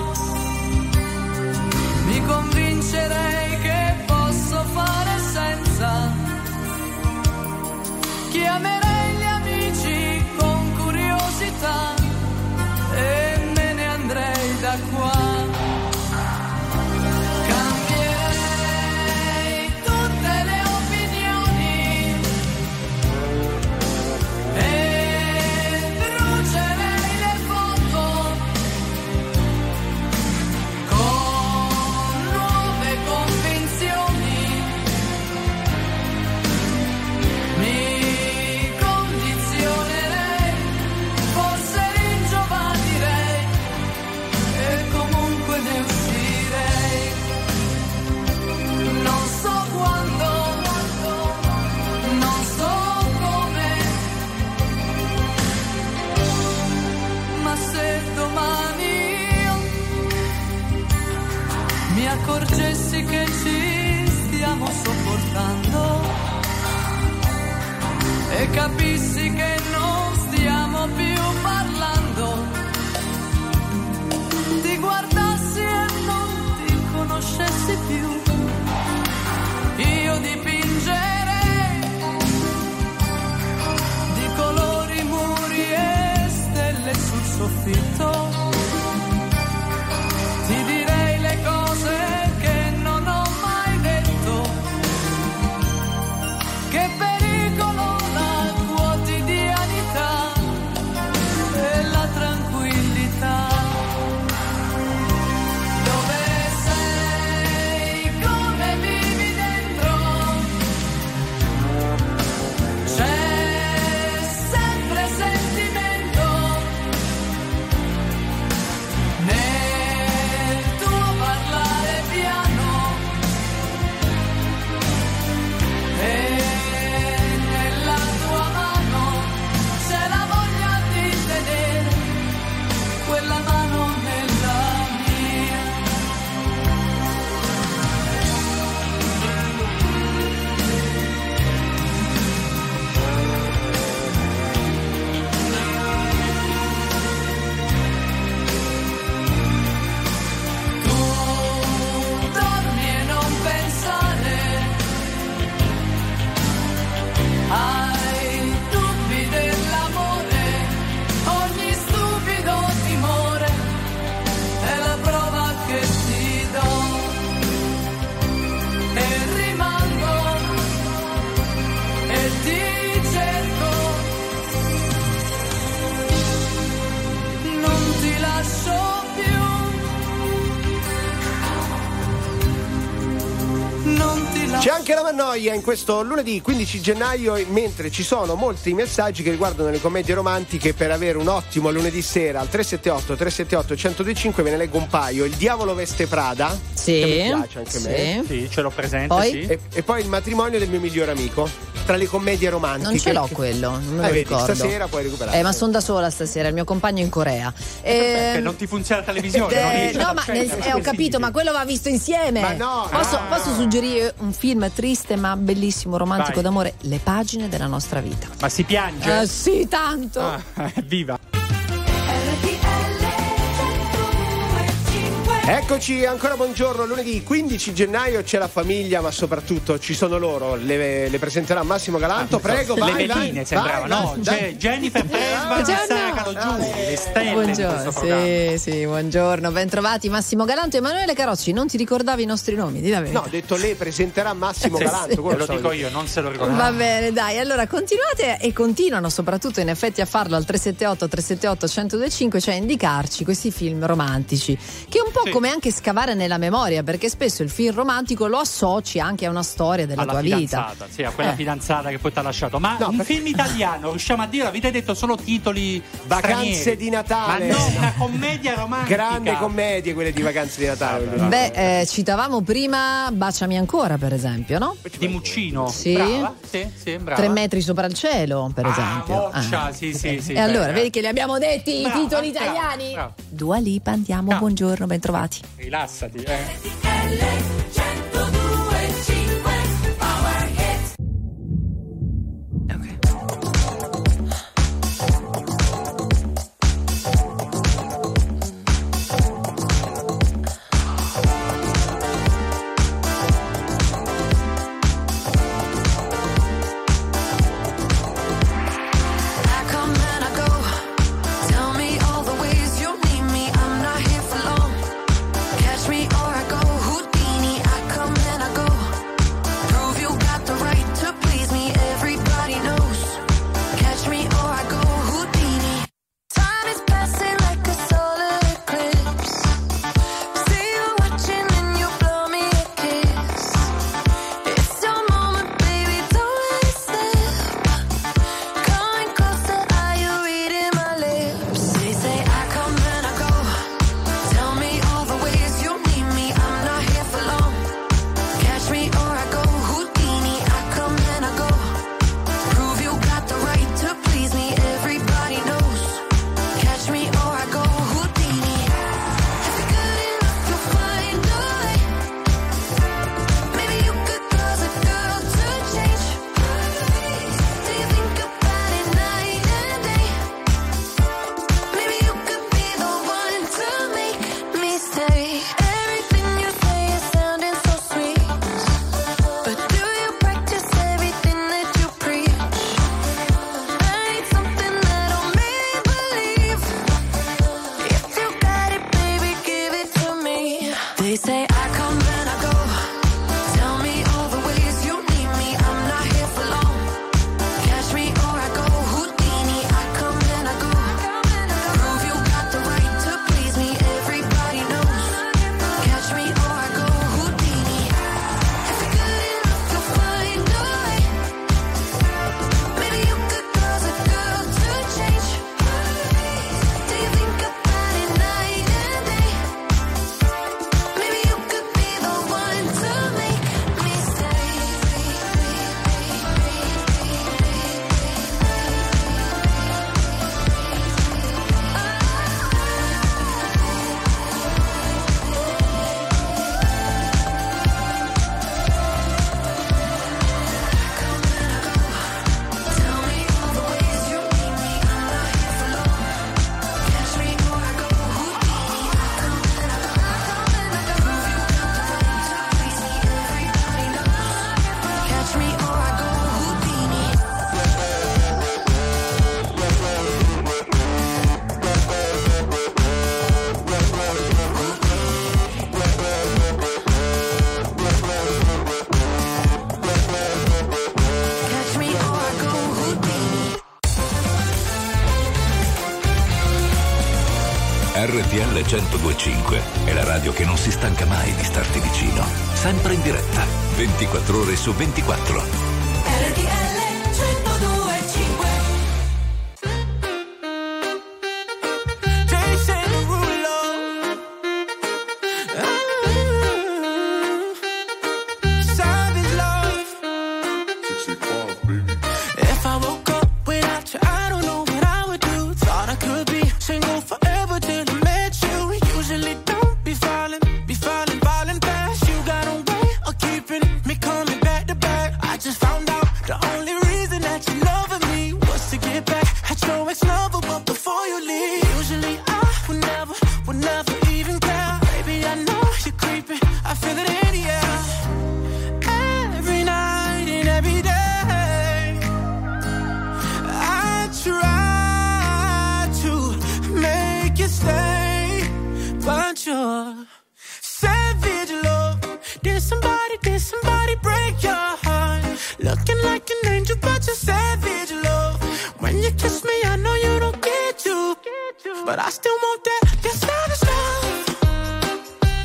Mi convincerei che posso fare senza. Chiamerei gli amici con curiosità e me ne andrei da qua. Cambierei tutte le opinioni e brucerei le foto con nuove convinzioni. Mi condizionerei, forse ringiovanirei e comunque ne uscirei. Non so quando, non so come, ma se domani io mi accorgessi che ci stiamo sopportando e capissi che non stiamo più parlando, ti guardassi e non ti conoscessi più, io dipingerei di colori muri e stelle sul soffitto, ti direi le cose che non ho mai detto, che pericolo la quotidianità e la tranquillità. Dove sei? Come vivi dentro? C'è sempre sentimento nel tuo parlare piano e nella tua mano c'è la voglia di tenere quella mano nella mia. Tu dormi e non pensare ai dubbi dell'amore, ogni stupido timore è la prova che ti do e rimango e ti cerco, non ti lascio più, non ti lascio. C'è anche la Mannoia in questo lunedì quindici gennaio, mentre ci sono molti messaggi che riguardano le commedie romantiche. Per avere un ottimo lunedì sera al tre sette otto tre sette otto uno zero due cinque ve ne leggo un paio. Il diavolo veste Prada, Sì, che mi piace anche a sì. me. Sì, ce l'ho presente, Poi? sì. E, e poi il matrimonio del mio migliore amico, tra le commedie romantiche. Non ce l'ho quello, non me lo Eh, vedi, ricordo. stasera puoi recuperare. Eh, ma sono da sola stasera, il mio compagno è in Corea. Perché Eh, non ti funziona la televisione? non eh, riesci ad no, ma nel- accendere? eh, ho capito, ma quello va visto insieme. Ma no, posso, no, posso no. suggerire un film triste ma bellissimo, romantico Vai. d'amore? Le pagine della nostra vita. Ma si piange? Eh, sì, tanto. Ah, viva! Eccoci, ancora buongiorno. Lunedì quindici gennaio c'è la famiglia, ma soprattutto ci sono loro. Le, le presenterà Massimo Galanto. Prego, le vai, veline vai, sembrava, vai, no? vai, C'è dai. Jennifer Presman e Sara Calogiù, le stelle di Buongiorno, questo programma. sì, sì, buongiorno, ben trovati Massimo Galanto e Emanuele Carocci. Non ti ricordavi i nostri nomi? Di la verità. No, ho detto lei presenterà Massimo Sì, Galanto. sì. quello Lo so dico dire. io, non se lo ricordo. Va bene, dai, allora continuate e continuano soprattutto in effetti a farlo al tre sette otto tre sette otto uno zero due cinque, cioè indicarci questi film romantici che un po' Sì. come anche scavare nella memoria, perché spesso il film romantico lo associ anche a una storia della alla tua fidanzata, vita. Sì, a quella Eh. fidanzata che poi ti ha lasciato. Ma No, un perché- film italiano, riusciamo a dire, avete detto solo titoli Vacanze stranieri. di Natale. Ma no, una commedia romantica. Grande commedie quelle di Vacanze di Natale. Beh, eh, citavamo prima Baciami ancora, per esempio, no? Di Muccino. Sì. Brava. Sì, sì, brava. Tre metri sopra il cielo, per Ah, esempio. Moccia, Ah. sì, sì, sì. E allora, beh, vedi che li abbiamo detti Brava, i titoli brava, italiani? brava. Dua Lipa, andiamo, buongiorno, bentrovati. Rilassati, eh. I come and I go. Tell me all the ways you need me. I'm not here for long. Catch me or I go Houdini. I come and I go. Prove you got the right to please me. Everybody knows. Catch me or I go Houdini. Time is passing like a solar eclipse. See you watching and you blow me a kiss. It's your moment, baby. Don't let it slip. Coming closer, are you reading my lips? They say I come and I go. Tell me all the ways you need me. I'm not here for long. Catch me or I go Houdini. I come and I go. Prove you got the right to please me. Everybody knows. Catch me or I go Houdini. If you're good enough, you'll find a way. Maybe you could cause a girl to change. Do you think about it night and day? Maybe you could be the one to make me stay. Everything you say is sounding so sweet, but do you practice everything that you preach? I need something that'll make me believe. If you got it, baby, give it to me. They say I come and I go. Tell me all the ways you need me. I'm not here for long. Catch me or I go Houdini. I come and I go. Prove you got the right to please me. Everybody knows. Catch me or I go Houdini. If you're good enough, you'll find a way. Maybe you could cause a girl to change. Do you think about it night and day? Maybe you could be the one to make me stay. Tell me all the ways you need me. I'm not here for long. Catch me or I go Houdini. I come and I go. Prove you got the right to please me. Everybody knows. Catch me or I go Houdini. Catch me or I go Houdini. R T L centodue e cinque è la radio che non si stanca mai di starti vicino. Sempre in diretta, ventiquattro ore su ventiquattro. R T L centodue e cinque. Jason Derulo. Savage love. If I woke up without you, I don't know what I would do. Thought I could be single forever till I met you. Usually don't be falling, be falling, falling fast. You got a way of keeping me coming back to back. I just found out the only reason that you loving me was to get back at your ex-lover, but before you leave, usually I would never, would never even care. Baby, I know you're creeping, I feel it in the air. Every night and every day, I try to make you stay, but you're savage love. Did somebody, did somebody break your heart? Looking like an angel, but you're savage love. When you kiss me, I know you don't get to, but I still want that, that savage love.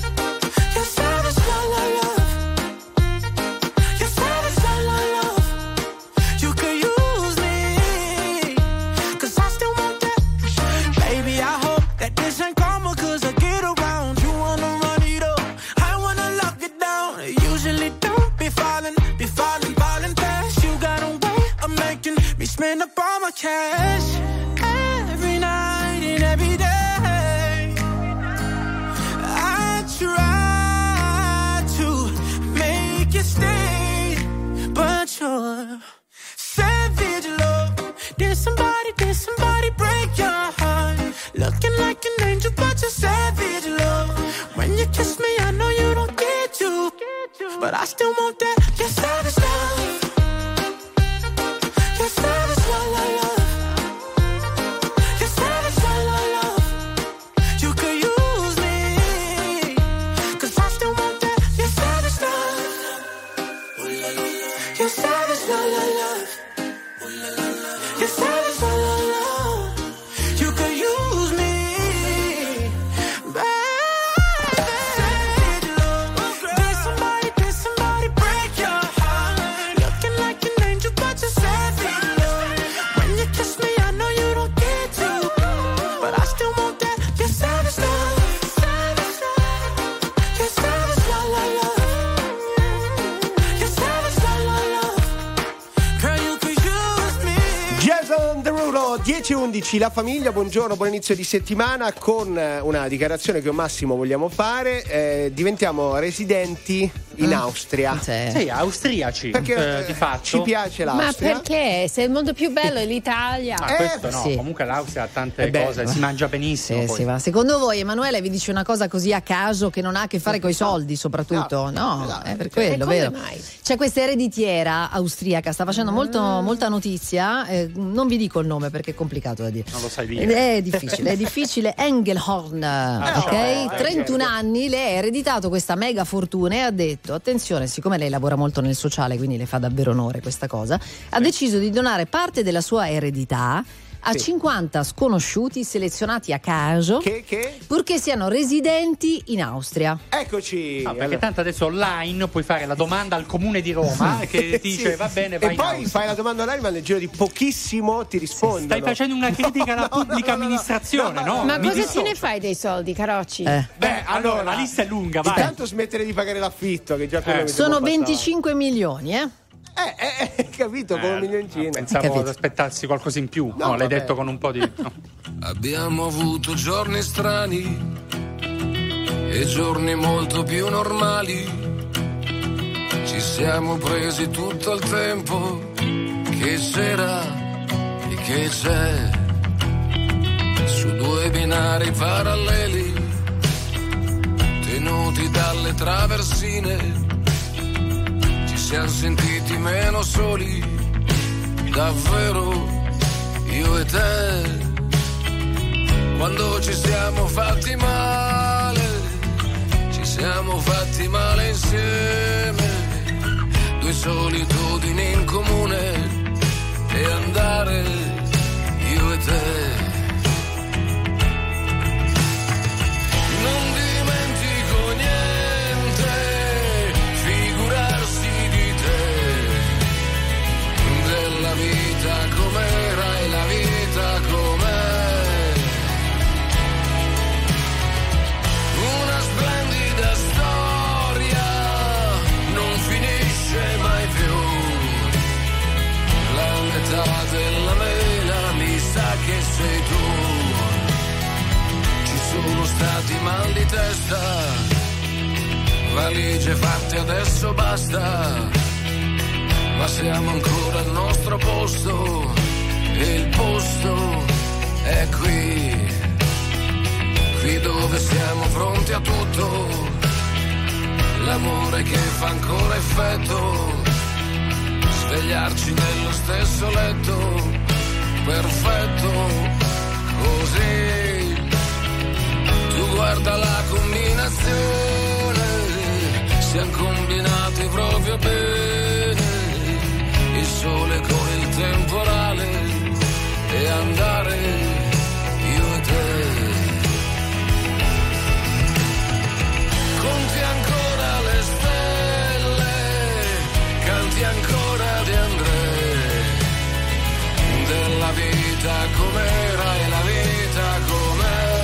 cash every night and every day. I try to make you stay, but you're savage love. Did somebody, did somebody break your heart? Looking like an angel, but you're savage love. When you kiss me, I know you don't get to, but I still want that. You're savage love. You're savage love, love, love. You're savage love, love, love. You could use me, 'cause I still want that. You're savage love. You're savage love, love, love. You're savage love, love, love. You could use me, baby. Savage love. Did somebody, did somebody break your heart? Looking like an angel, but you're savage love. When you kiss me, I know you don't get to, but I still want that. You're savage love. Savage love. You're savage love, love, love. You're savage love, love, love. Girl, you could use me. Jason Derulo, dieci undici, la famiglia, buongiorno, buon inizio di settimana. Con eh, una dichiarazione che io Massimo vogliamo fare, eh, diventiamo residenti in Austria. Sì, austriaci, Perché eh, di fatto. ci piace Ma l'Austria. perché? Se il mondo più bello è l'Italia. Ah, questo no, sì. comunque l'Austria ha tante Eh beh, cose, si mangia benissimo. Sì, poi. sì, va. Secondo voi Emanuele vi dice una cosa così a caso che non ha a che fare con i soldi soprattutto? No, è per quello, come vero? mai? C'è questa ereditiera austriaca, sta facendo molto, molta notizia, eh, non vi dico il nome perché è complicato da dire. Non lo sai dire. È difficile, è difficile. Engelhorn, ok? no, eh, trentuno anni, lei ha ereditato questa mega fortuna e ha detto, attenzione, siccome lei lavora molto nel sociale, quindi le fa davvero onore questa cosa, ha deciso di donare parte della sua eredità a Sì. cinquanta sconosciuti selezionati a caso, Che, che? purché siano residenti in Austria. Eccoci. No, perché Allora. tanto adesso online puoi fare la domanda al comune di Roma che ti Sì. dice va bene, vai E in poi Austria. fai la domanda online, ma nel giro di pochissimo ti rispondono. Stai facendo una critica alla No, no, pubblica no, no, no. amministrazione, No, no, no? Ma Mi cosa dissocio. te ne fai dei soldi, Carocci? Eh. Beh, allora la lista è lunga, vai. Intanto smettere di pagare l'affitto, che già quello Eh. mi devo Sono passare. venticinque milioni, eh? Eh, eh, eh, capito, come un milioncino. Pensavo Capito. ad aspettarsi qualcosa in più. No, No, l'hai vabbè. detto con un po' di. No. Abbiamo avuto giorni strani e giorni molto più normali. Ci siamo presi tutto il tempo che c'era e che c'è, su due binari paralleli, tenuti dalle traversine. Ci siamo sentiti meno soli, davvero, io e te. Quando ci siamo fatti male, ci siamo fatti male insieme. Due solitudini in comune e andare io e te. Non dimentico niente, figurarsi di te, della vita com'era e la vita com'è. Una splendida storia, non finisce mai più. La metà della mela mi sa che sei tu. Ci sono stati mal di testa, valigie fatte adesso basta, ma siamo ancora al nostro posto e il posto è qui. Qui dove siamo pronti a tutto, l'amore che fa ancora effetto, svegliarci nello stesso letto, perfetto, così. Tu guarda la combinazione, siamo combinati proprio bene, il sole con il temporale e andare io e te. Conti ancora le stelle, canti ancora di André, della vita com'era e la vita com'è.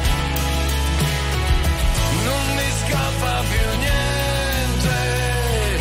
Non mi scappa più niente,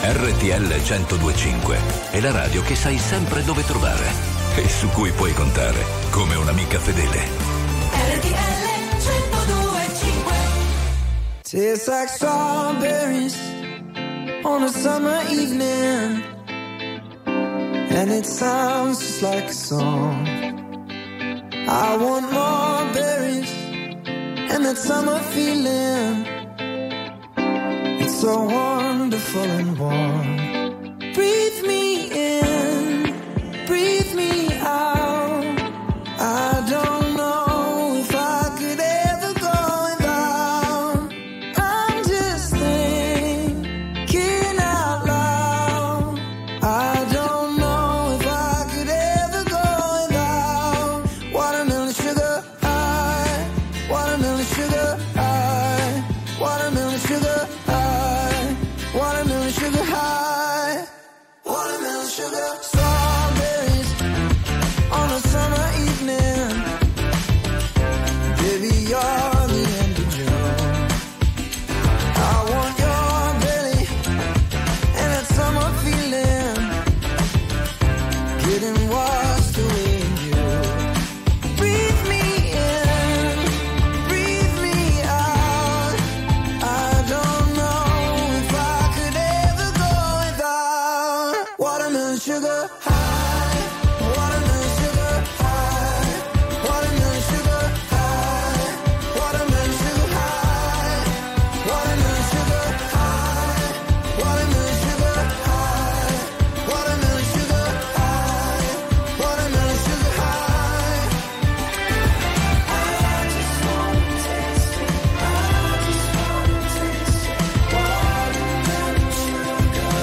R T L centodue e cinque è la radio che sai sempre dove trovare e su cui puoi contare come un'amica fedele. R T L centodue e cinque. Tastes like strawberries on a summer evening, and it sounds just like a song. I want more berries and that summer feeling. It's so wonderful and warm. Breathe me in, breathe me out. I don't know if I could ever go without. I'm just thinking out loud. I don't know if I could ever go without watermelon sugar high, watermelon sugar high, watermelon sugar high, watermelon sugar high, watermelon sugar. Strawberries on a summer evening. Baby, you're the end of June. I want your belly and that summer feeling, getting washed away in you. Breathe me in, breathe me out. I don't know if I could ever go without watermelon sugar high, watermelon sugar high, watermelon sugar high, watermelon sugar high, watermelon sugar high, watermelon sugar high, watermelon sugar high, watermelon sugar high. I just wanna taste it, I just wanna taste it, watermelon sugar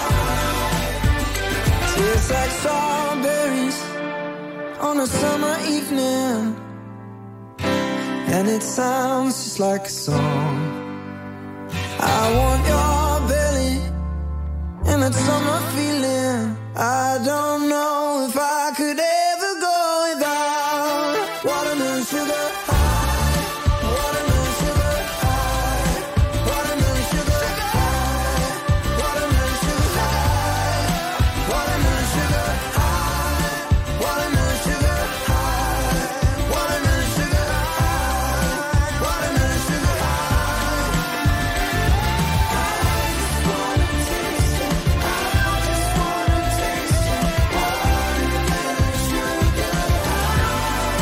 high. Tastes like strawberries on a summer evening, and it sounds just like a song. I want your belly and that summer feeling. I don't know if I could ever go without watermelon sugar high, watermelon sugar high, watermelon sugar high, watermelon sugar high, watermelon sugar high, watermelon sugar high, watermelon sugar high, watermelon sugar high. I just wanna taste it, I just wanna taste it, watermelon sugar high.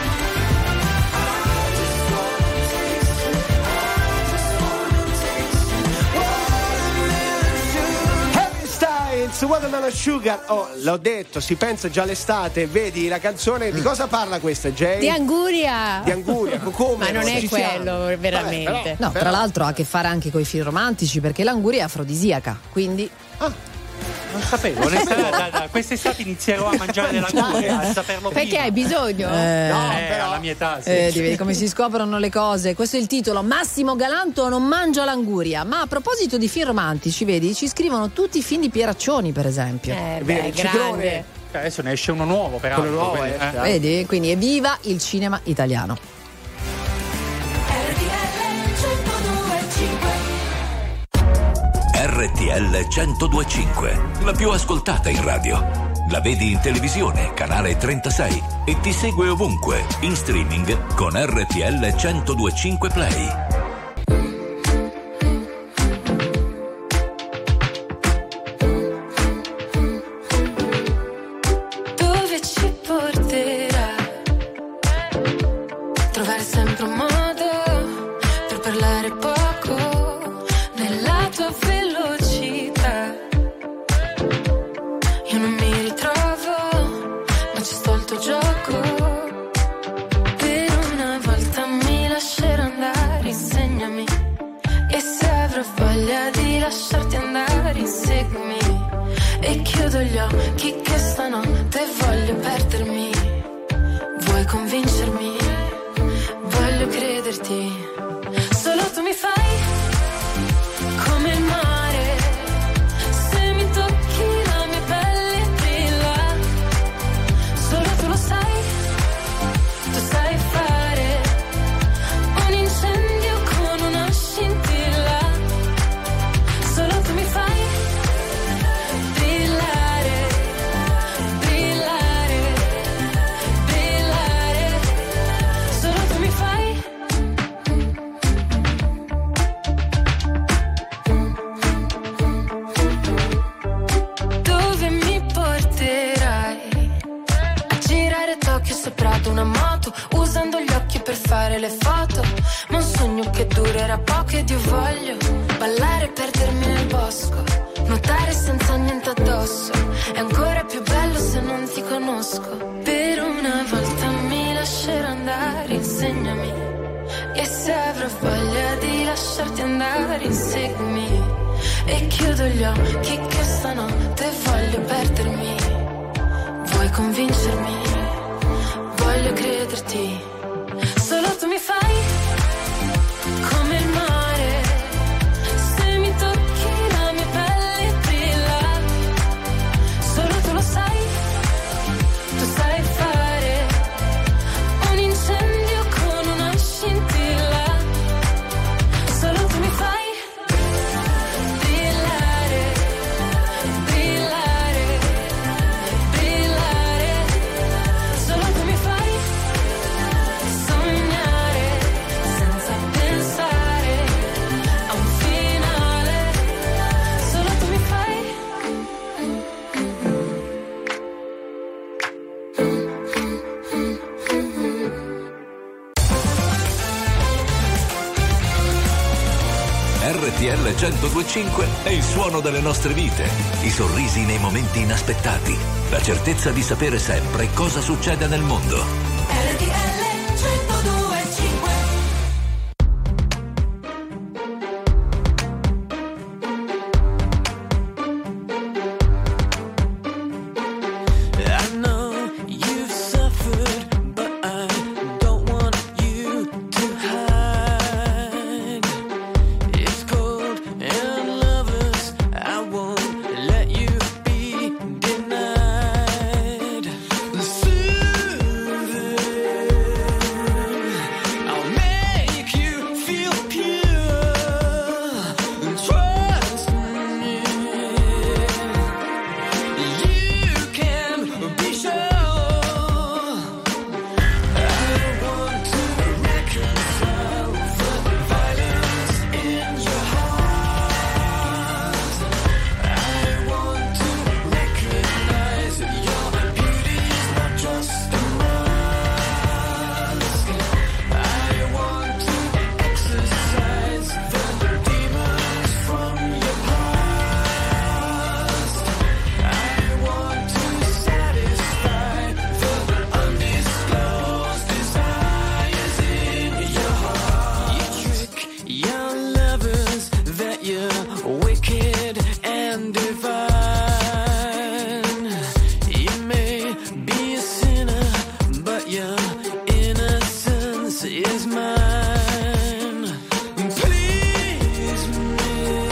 I just wanna taste it, I just wanna taste it, watermelon sugar. Harry Styles, Watermelon Sugar. Oh, l'ho detto, si pensa già all'estate. Vedi la canzone, di cosa parla questa, Jay? Di Anguria. Di Anguria, come? Ma non è ci quello, siamo. veramente. Vabbè, però- No, tra l'altro ha a che fare anche con i film romantici, perché l'anguria è afrodisiaca, quindi Non sapevo, onestamente, da, da, quest'estate inizierò a mangiare dell'anguria, a saperlo Perché prima. hai bisogno? Eh, No, però alla mia età sì. Eh, vedi come si scoprono le cose. Questo è il titolo: Massimo Galanto non mangia l'anguria. Ma a proposito di film romantici, vedi, ci scrivono tutti i film di Pieraccioni, per esempio. Eh, Vedi, beh, il ciclone. grande. Adesso ne esce uno nuovo, peraltro. Quello nuovo, quindi, eh, eh. Vedi? Quindi evviva il cinema italiano. R T L centodue e cinque, la più ascoltata in radio. La vedi in televisione, canale trentasei, e ti segue ovunque, in streaming con R T L centodue e cinque Play. Dove ci porterà? Trovare sempre un modo per parlare poco nella tua velocità. Io non mi ritrovo, ma ci sto al tuo gioco. Per una volta mi lascerò andare, insegnami. E se avrò voglia di lasciarti andare, inseguimi. E chiudo gli occhi che stanotte voglio perdermi. Vuoi convincermi? Voglio crederti. Solo tu mi fai come il mare. Se mi tocchi la mia pelle brilla. Solo tu lo sai. Tu sai fare un incendio con una scintilla. Solo tu mi fai che Dio voglio, ballare e perdermi nel bosco, nuotare senza niente addosso, è ancora più bello se non ti conosco. Per una volta mi lascerò andare, insegnami, e se avrò voglia di lasciarti andare, inseguimi, e chiudo gli occhi che stanotte voglio perdermi. Vuoi convincermi? Voglio crederti. Solo tu mi fai come il mare, se mi tocchi la mia pelle brilla. Solo tu lo sai, tu sai fare un incendio con una scintilla. Solo tu mi fai brillare, brillare, brillare. Solo tu mi fai sognare senza pensare a un finale. Solo tu mi fai. R T L centodue e cinque è il suono delle nostre vite, i sorrisi nei momenti inaspettati, la certezza di sapere sempre cosa succede nel mondo. R T L centodue e cinque. I know you've suffered, but I don't want you to hide. It's cold and loveless, I won't let you be denied. Soothing, I'll make you feel pure. Trust me, you can be sure. I want to reconcile the violence in your heart. I want to recognize that your beauty is not just a mask. I want to exorcise the demons from your past. I want to satisfy the undisclosed desires in your heart. You trick young lovers that you're wicked and divine. You may be a sinner, but your innocence is mine. Please me,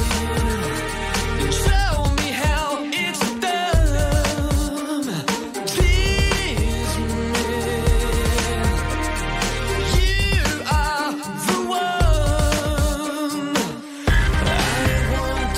show me how it's done. Please me, you are the one. I want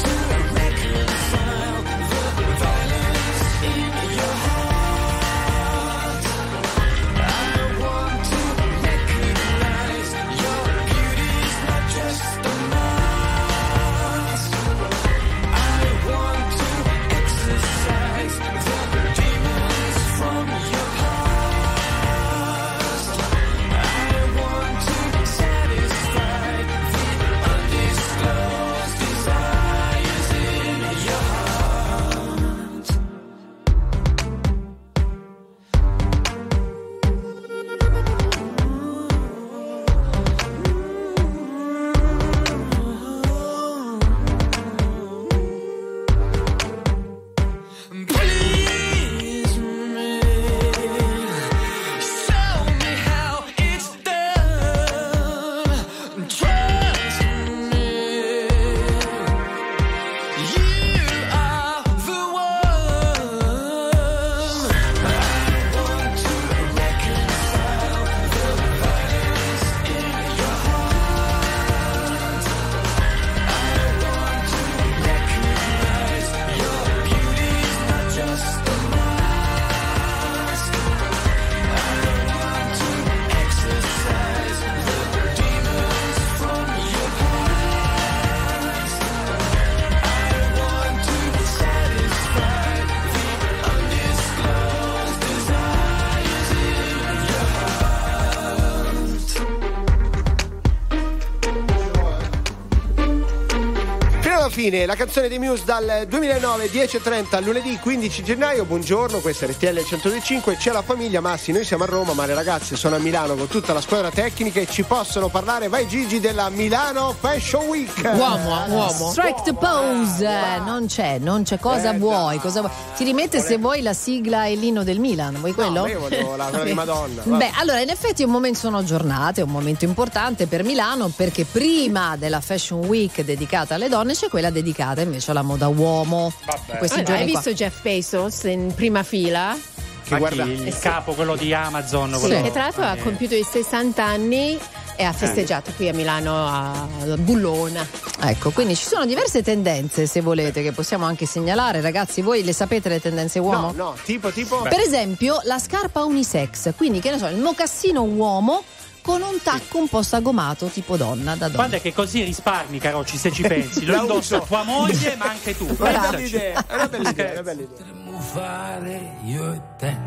alla fine la canzone dei Muse dal duemilanove, dieci e trenta, lunedì quindici gennaio. Buongiorno, questa è R T L centodue e cinque. C'è la famiglia Massi, noi siamo a Roma, ma le ragazze sono a Milano con tutta la squadra tecnica e ci possono parlare. Vai Gigi della Milano Fashion Week. Uomo, uomo. Strike the pose. Non c'è, non c'è. Cosa Eh, vuoi? Cosa vuoi? Ti rimette se vuoi la sigla e l'inno del Milan. Vuoi quello? No, io volevo la- quella di Madonna. va. Beh, allora in effetti è un momento, sono giornate, è un momento importante per Milano perché prima della Fashion Week dedicata alle donne c'è quella dedicata invece alla moda uomo. Questi Ah, giorni hai qua. visto Jeff Bezos in prima fila? Ma guarda- chi? il Eh sì. capo, quello di Amazon. Sì, quello- che tra l'altro ha eh. compiuto i sessanta anni e ha festeggiato qui a Milano a Bullona. Ecco, quindi ci sono diverse tendenze, se volete, che possiamo anche segnalare. Ragazzi, voi le sapete le tendenze uomo? No, no, tipo, tipo. Per esempio, la scarpa unisex, quindi che ne so, il mocassino uomo con un tacco un po' sagomato tipo donna da donna. Guarda che così risparmi, Carocci, se ci pensi. Lo La indossa uso. tua moglie, ma anche tu. È una bella Pensaci. idea, è una bella idea, è una bella idea. Potremmo fare io e te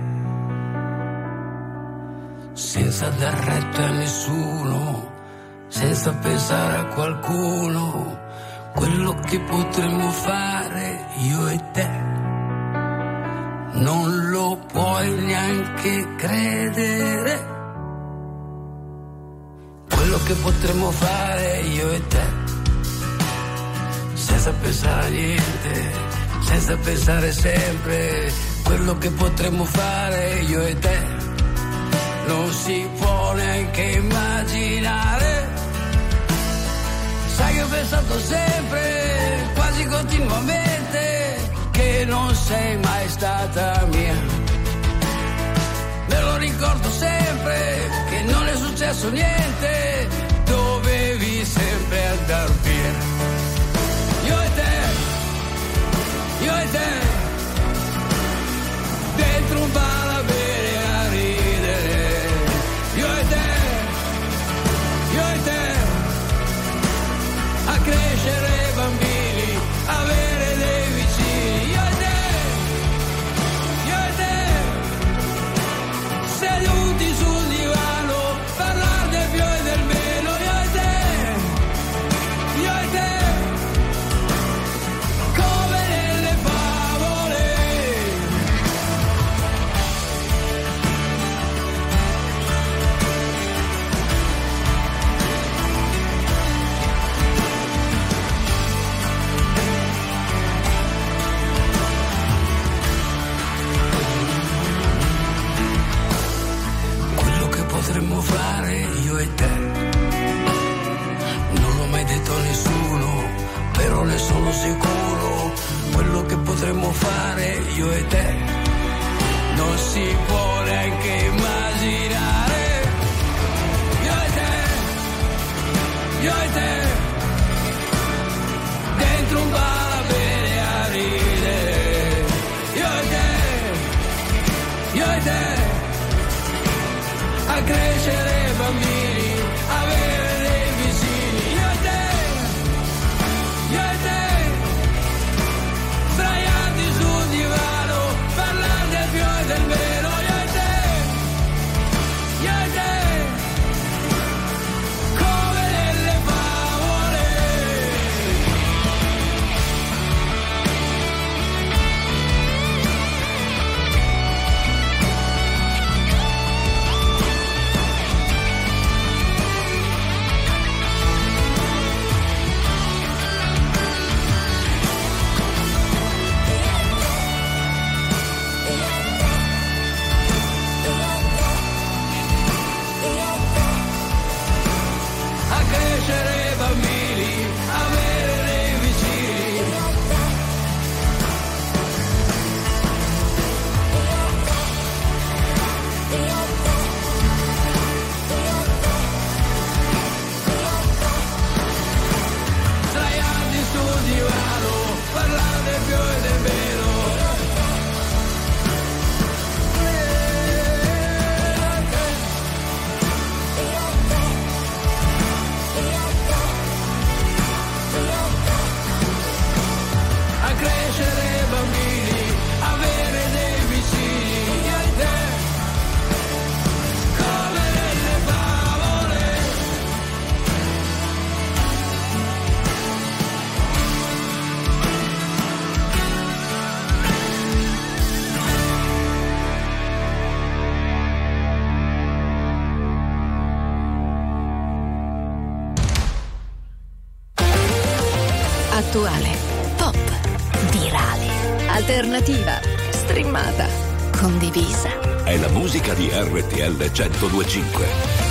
senza dar retta a nessuno, senza pensare a qualcuno. Quello che potremmo fare io e te non lo puoi neanche credere. Quello che potremmo fare io e te senza pensare a niente, senza pensare sempre. Quello che potremmo fare io e te non si può neanche immaginare. Sai che ho pensato sempre, quasi continuamente, che non sei mai stata mia. Me lo ricordo sempre, che non è successo niente, dovevi sempre andar via. Io e te, io e te, dentro un bar a bere e a ridere. Io e te, io e te, a crescere bambini, avere dei vicini. Io e te, io e te, seduti sul divano, parlare del più e del meno. Io e te, io e te, come nelle favole. Quello che potremmo fare io e te non l'ho mai detto a nessuno, però ne sono sicuro. Quello che potremmo fare io e te non si può neanche immaginare. Io e te, io e te, dentro un bar a bere e a ridere. Io e te, io e te, a crescere bambini, avere dei vicini. Io e te, io e te, sdraiati sul divano, parlare del più e del meno. Io e te, io e te, come nelle favole. A crescere bambini, avere dei vicini. Sdraiati sul divano, parlare del più e del meno. A crescere bambini, avere dei vicini. Io e te, come nelle favole. Attuale, pop, virale, alternativa, streamata, condivisa. È la musica di R T L centodue e cinque.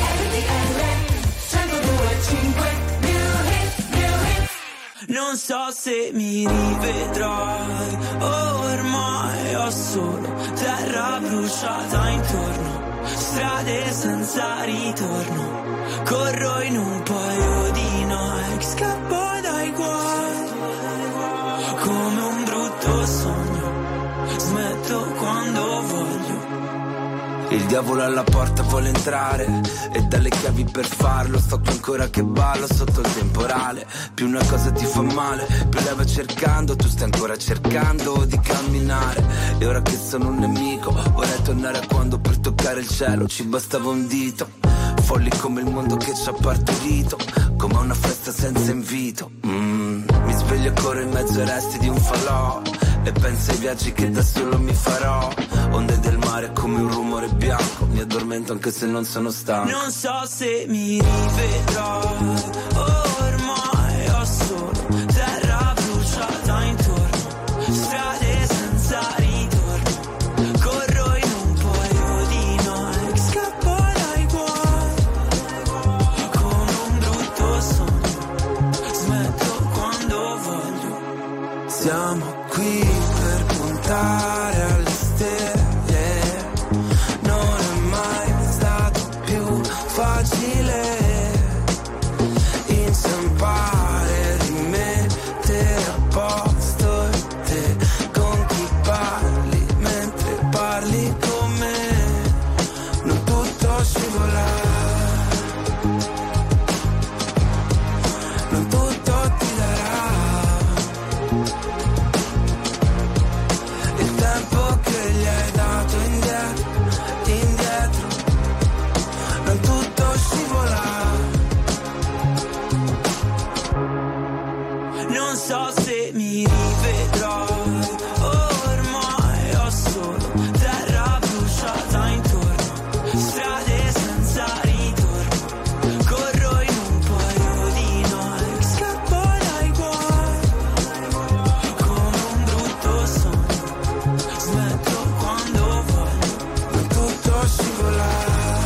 Non so se mi rivedrai, ormai ho solo terra bruciata intorno, strade senza ritorno, corro in un paio di Nike, scappo dai guai, come un brutto sogno, smetto quando voglio. Il diavolo alla porta vuole entrare e dalle chiavi per farlo. Sto qui ancora che ballo sotto il temporale. Più una cosa ti fa male, più lei va cercando. Tu stai ancora cercando di camminare. E ora che sono un nemico vorrei tornare a quando per toccare il cielo ci bastava un dito. Folli come il mondo che ci ha partorito, come una festa senza invito. mm. Mi sveglio e corro in mezzo ai resti di un falò e penso ai viaggi che da solo mi farò. Onde del mare come un rumore bianco, mi addormento anche se non sono stanco. Non so se mi rivedrai, ormai ho solo terra bruciata intorno, strade senza ritorno, corro in un paio di Nike, scappo dai guai, come un brutto sogno, smetto quando voglio. Siamo qui per puntare alle stelle. Facile inciampare, rimettere a posto te con chi parli mentre parli con me. Non tutto scivola, non tutto ti darà il tempo che gli hai dato indietro, indietro. Non tutto scivola. Non so se mi rivedrai, ormai ho solo terra bruciata intorno, strade senza ritorno, corro in un paio di Nike, scappo dai guai, come un brutto sogno, smetto quando voglio. Non tutto scivola.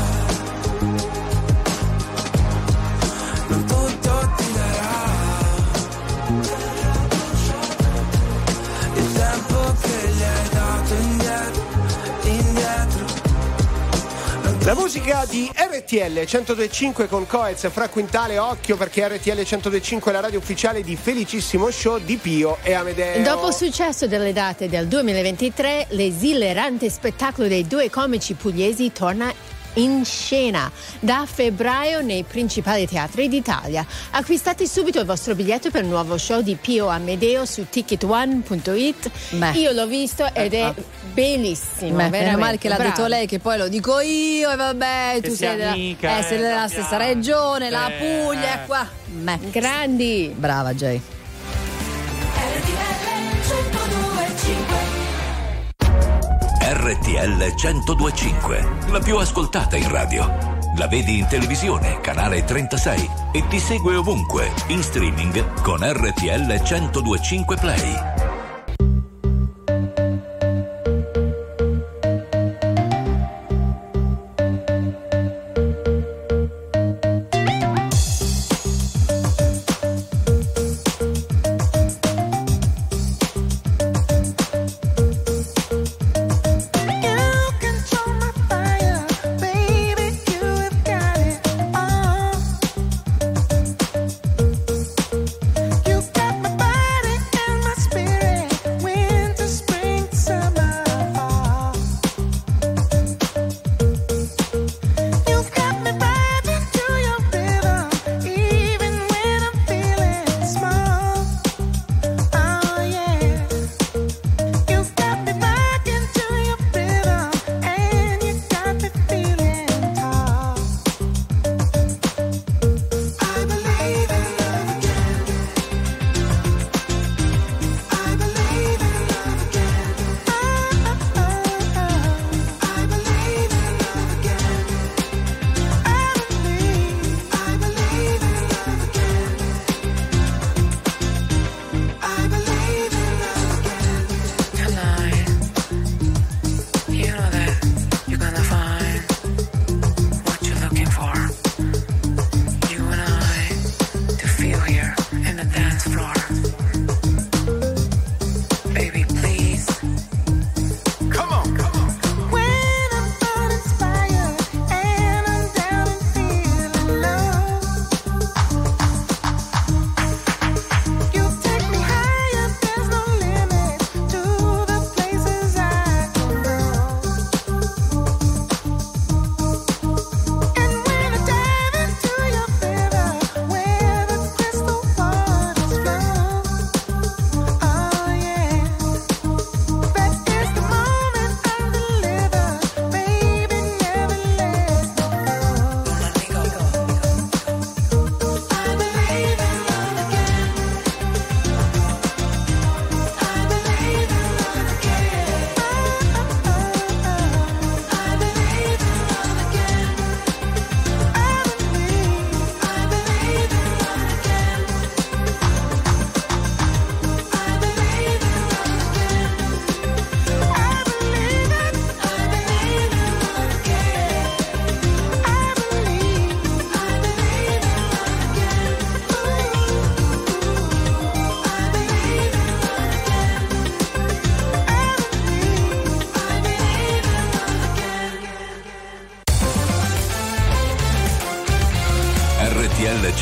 La musica di R T L centodue e cinque con Coez, Fra Quintale. Occhio perché R T L centodue e cinque è la radio ufficiale di Felicissimo Show di Pio e Amedeo. Dopo il successo delle date del duemilaventitré, l'esilerante spettacolo dei due comici pugliesi torna in scena da febbraio nei principali teatri d'Italia. Acquistate subito il vostro biglietto per il nuovo show di Pio Amedeo su ticket one punto it. Beh. Io l'ho visto ed è bellissimo. Beh, meno male che l'ha bravo. detto lei, che poi lo dico io e vabbè, Che tu sei sei della, amica, eh, sei eh, della sappiamo. stessa regione, la Eh, Puglia, eh. qua. Beh. Grandi. Brava Jay. R T L centodue e cinque, la più ascoltata in radio. La vedi in televisione, canale trentasei, e ti segue ovunque, in streaming con R T L centodue e cinque Play. Spirit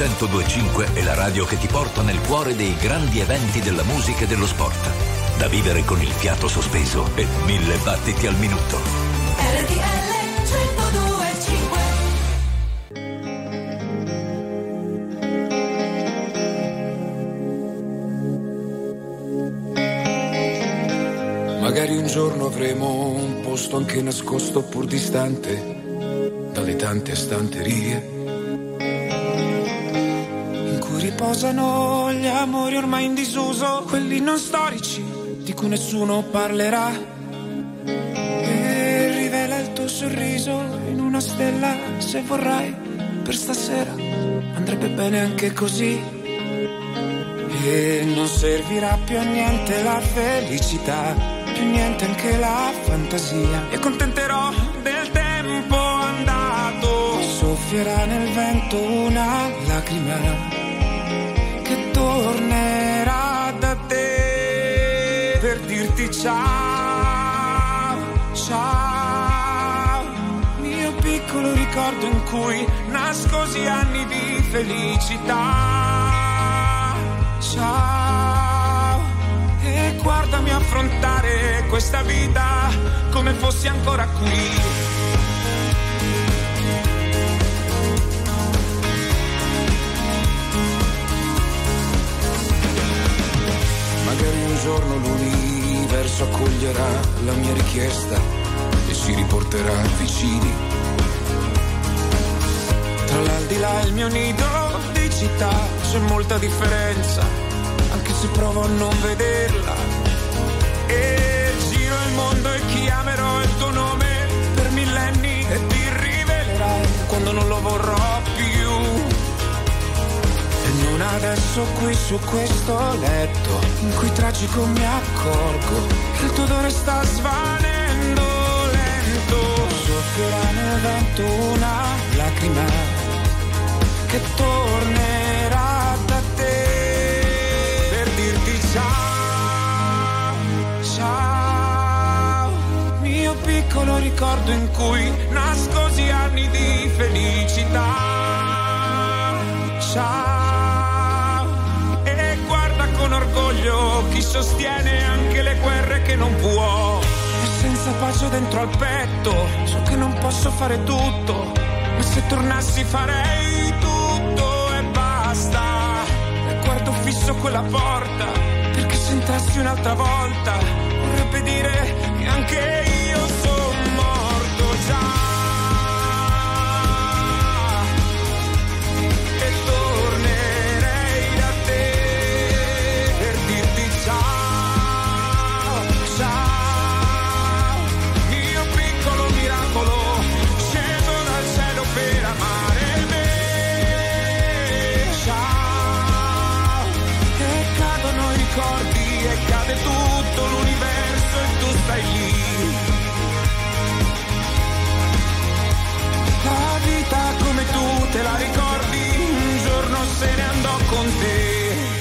centodue e cinque è la radio che ti porta nel cuore dei grandi eventi della musica e dello sport. Da vivere con il fiato sospeso e mille battiti al minuto. R T L centodue e cinque. Magari un giorno avremo un posto anche nascosto pur distante dalle tante stanterie in cui riposano gli amori ormai in disuso, quelli non storici di cui nessuno parlerà, e rivela il tuo sorriso in una stella se vorrai per stasera, andrebbe bene anche così. E non servirà più a niente la felicità, più niente anche la fantasia, e contenterò del tempo andato. Soffierà nel vento una lacrima che tornerà da te per dirti ciao, ciao, mio piccolo ricordo in cui nascosi anni di felicità. Ciao, e guardami affrontare questa vita come fossi ancora qui. Magari un giorno l'universo accoglierà la mia richiesta e ci riporterà vicini. Tra l'aldilà e il mio nido di città c'è molta differenza, anche se provo a non vederla. E giro il mondo e chiamerò il tuo nome per millenni e ti rivelerai quando non lo vorrò più. E non adesso qui su questo letto in cui tragico mi accorgo che il tuo odore sta svanendo lento. Soffierà nel vento una lacrima che tornerà da te per dirti ciao, ciao, mio piccolo ricordo in cui nascosi anni di felicità. Ciao, e guarda con orgoglio chi sostiene anche le guerre che non può. E senza pace dentro al petto, so che non posso fare tutto, ma se tornassi farei e guardo fisso quella porta, perché se entrassi un'altra volta vorrebbe dire che anche io sono morto già. E tornerei da te per dirti ciao, ciao, mio piccolo miracolo sceso dal cielo per amare me. Ricordi e cade tutto l'universo e tu stai lì. La vita come tu te la ricordi, un giorno se ne andò con te.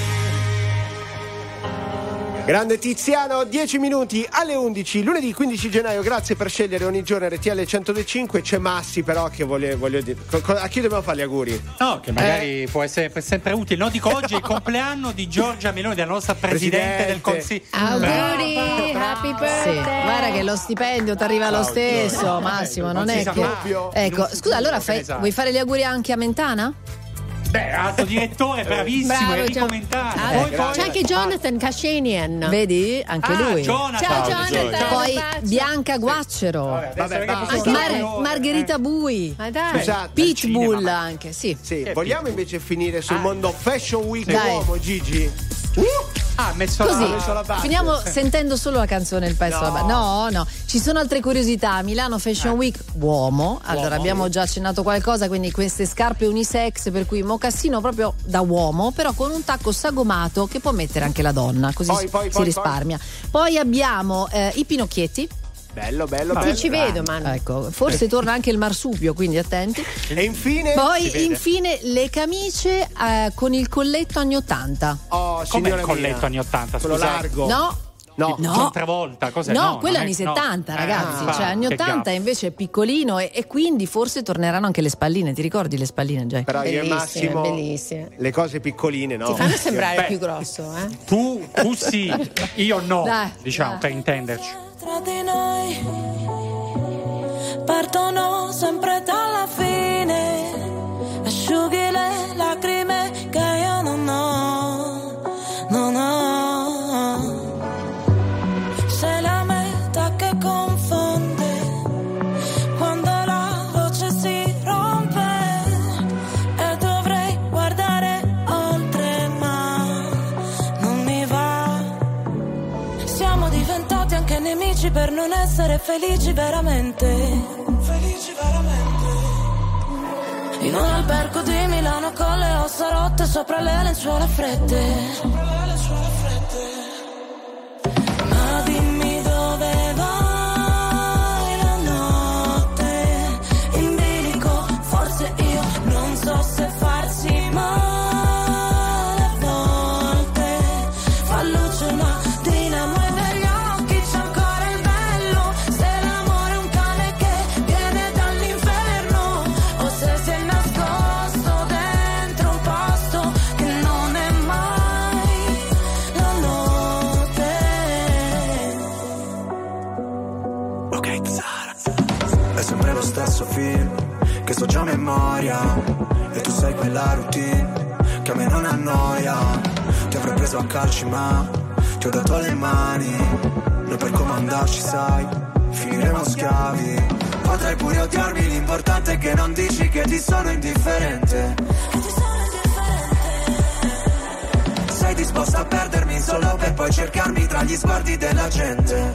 Grande Tiziano, dieci minuti alle undici, lunedì quindici gennaio. Grazie per scegliere ogni giorno R T L centodue e cinque. C'è Massi però che voglio, voglio dire, a chi dobbiamo fare gli auguri? No, che magari eh. può essere sempre utile. No, dico oggi è il compleanno di Giorgia Meloni, della nostra Presidente, Presidente. del Consiglio. Auguri, happy birthday. Sì, guarda che lo stipendio ti arriva lo stesso, Massimo, non, non è che ecco, scusa, allora fai, vuoi fare gli auguri anche a Mentana? Beh, alto direttore, bravissimo, Bravo, Enrico Mentana. Ah, poi, poi, c'è anche Jonathan Kashanian. Vedi? Anche ah, lui. Jonathan. Ciao Jonathan. Poi Bianca Guaccero. Vabbè, Vabbè, anche Mar- Margherita Bui. Ma dai. Scusate, Pitbull anche, sì. Sì, vogliamo invece finire sul ah. mondo Fashion Week Dai. uomo, Gigi? Uh! Ah, messo Così, la, messo la base. finiamo sentendo solo la canzone, il pezzo. No. no, no, ci sono altre curiosità. Milano Fashion Week uomo. Allora, Uomo. abbiamo già accennato qualcosa, quindi queste scarpe unisex, per cui mocassino proprio da uomo, però con un tacco sagomato che può mettere anche la donna, così Poi, si, poi, si poi, risparmia. Poi, poi abbiamo eh, i pinocchietti. Bello, bello, Sì, bello. ci vedo, man. Ecco, forse torna anche il marsupio, quindi attenti. E infine Poi infine le camicie eh, con il colletto anni ottanta. Oh, Come signora il colletto mia. anni ottanta, Quello scusate. largo. No, No, No. John Travolta, cos'è? No, No, quello non anni è- no. settanta, ragazzi. Ah, cioè, anni che ottanta gaffe. invece è piccolino e, e quindi forse torneranno anche le spalline. Ti ricordi le spalline, Jay? Però io e Bellissime, Massimo bellissime. le cose piccoline, no? Ti fanno sembrare Beh. più grosso, eh? Tu, tu sì, io no, Dai, diciamo, dai. per intenderci. Tra di noi partono sempre dalla fine, asciughi le lacrime che io non ho, non ho. Sei la meta che confonde quando la voce si rompe e dovrei guardare oltre ma non mi va. Siamo diventati anche nemici per non essere felici veramente. Felici veramente. In un albergo di Milano con le ossa rotte sopra le lenzuola fredde. Sopra le lenzuola fredde. Ma dimmi dove vai la notte. In bilico forse io non so se farsi male a volte. Fa luce una dinamo e negli occhi c'è ancora il bello. Se l'amore è un cane che viene dall'inferno o se si è nascosto dentro un posto che non è mai la notte. Ok, Zara. È sempre lo stesso film che so già a memoria. E tu sei quella routine che a me non annoia. Ti avrei preso a calci ma ti ho dato le mani. Noi per comandarci sai, finiremo schiavi. Potrai pure odiarmi, l'importante è che non dici che ti sono indifferente. Sei disposta a perdermi solo per poi cercarmi tra gli sguardi della gente.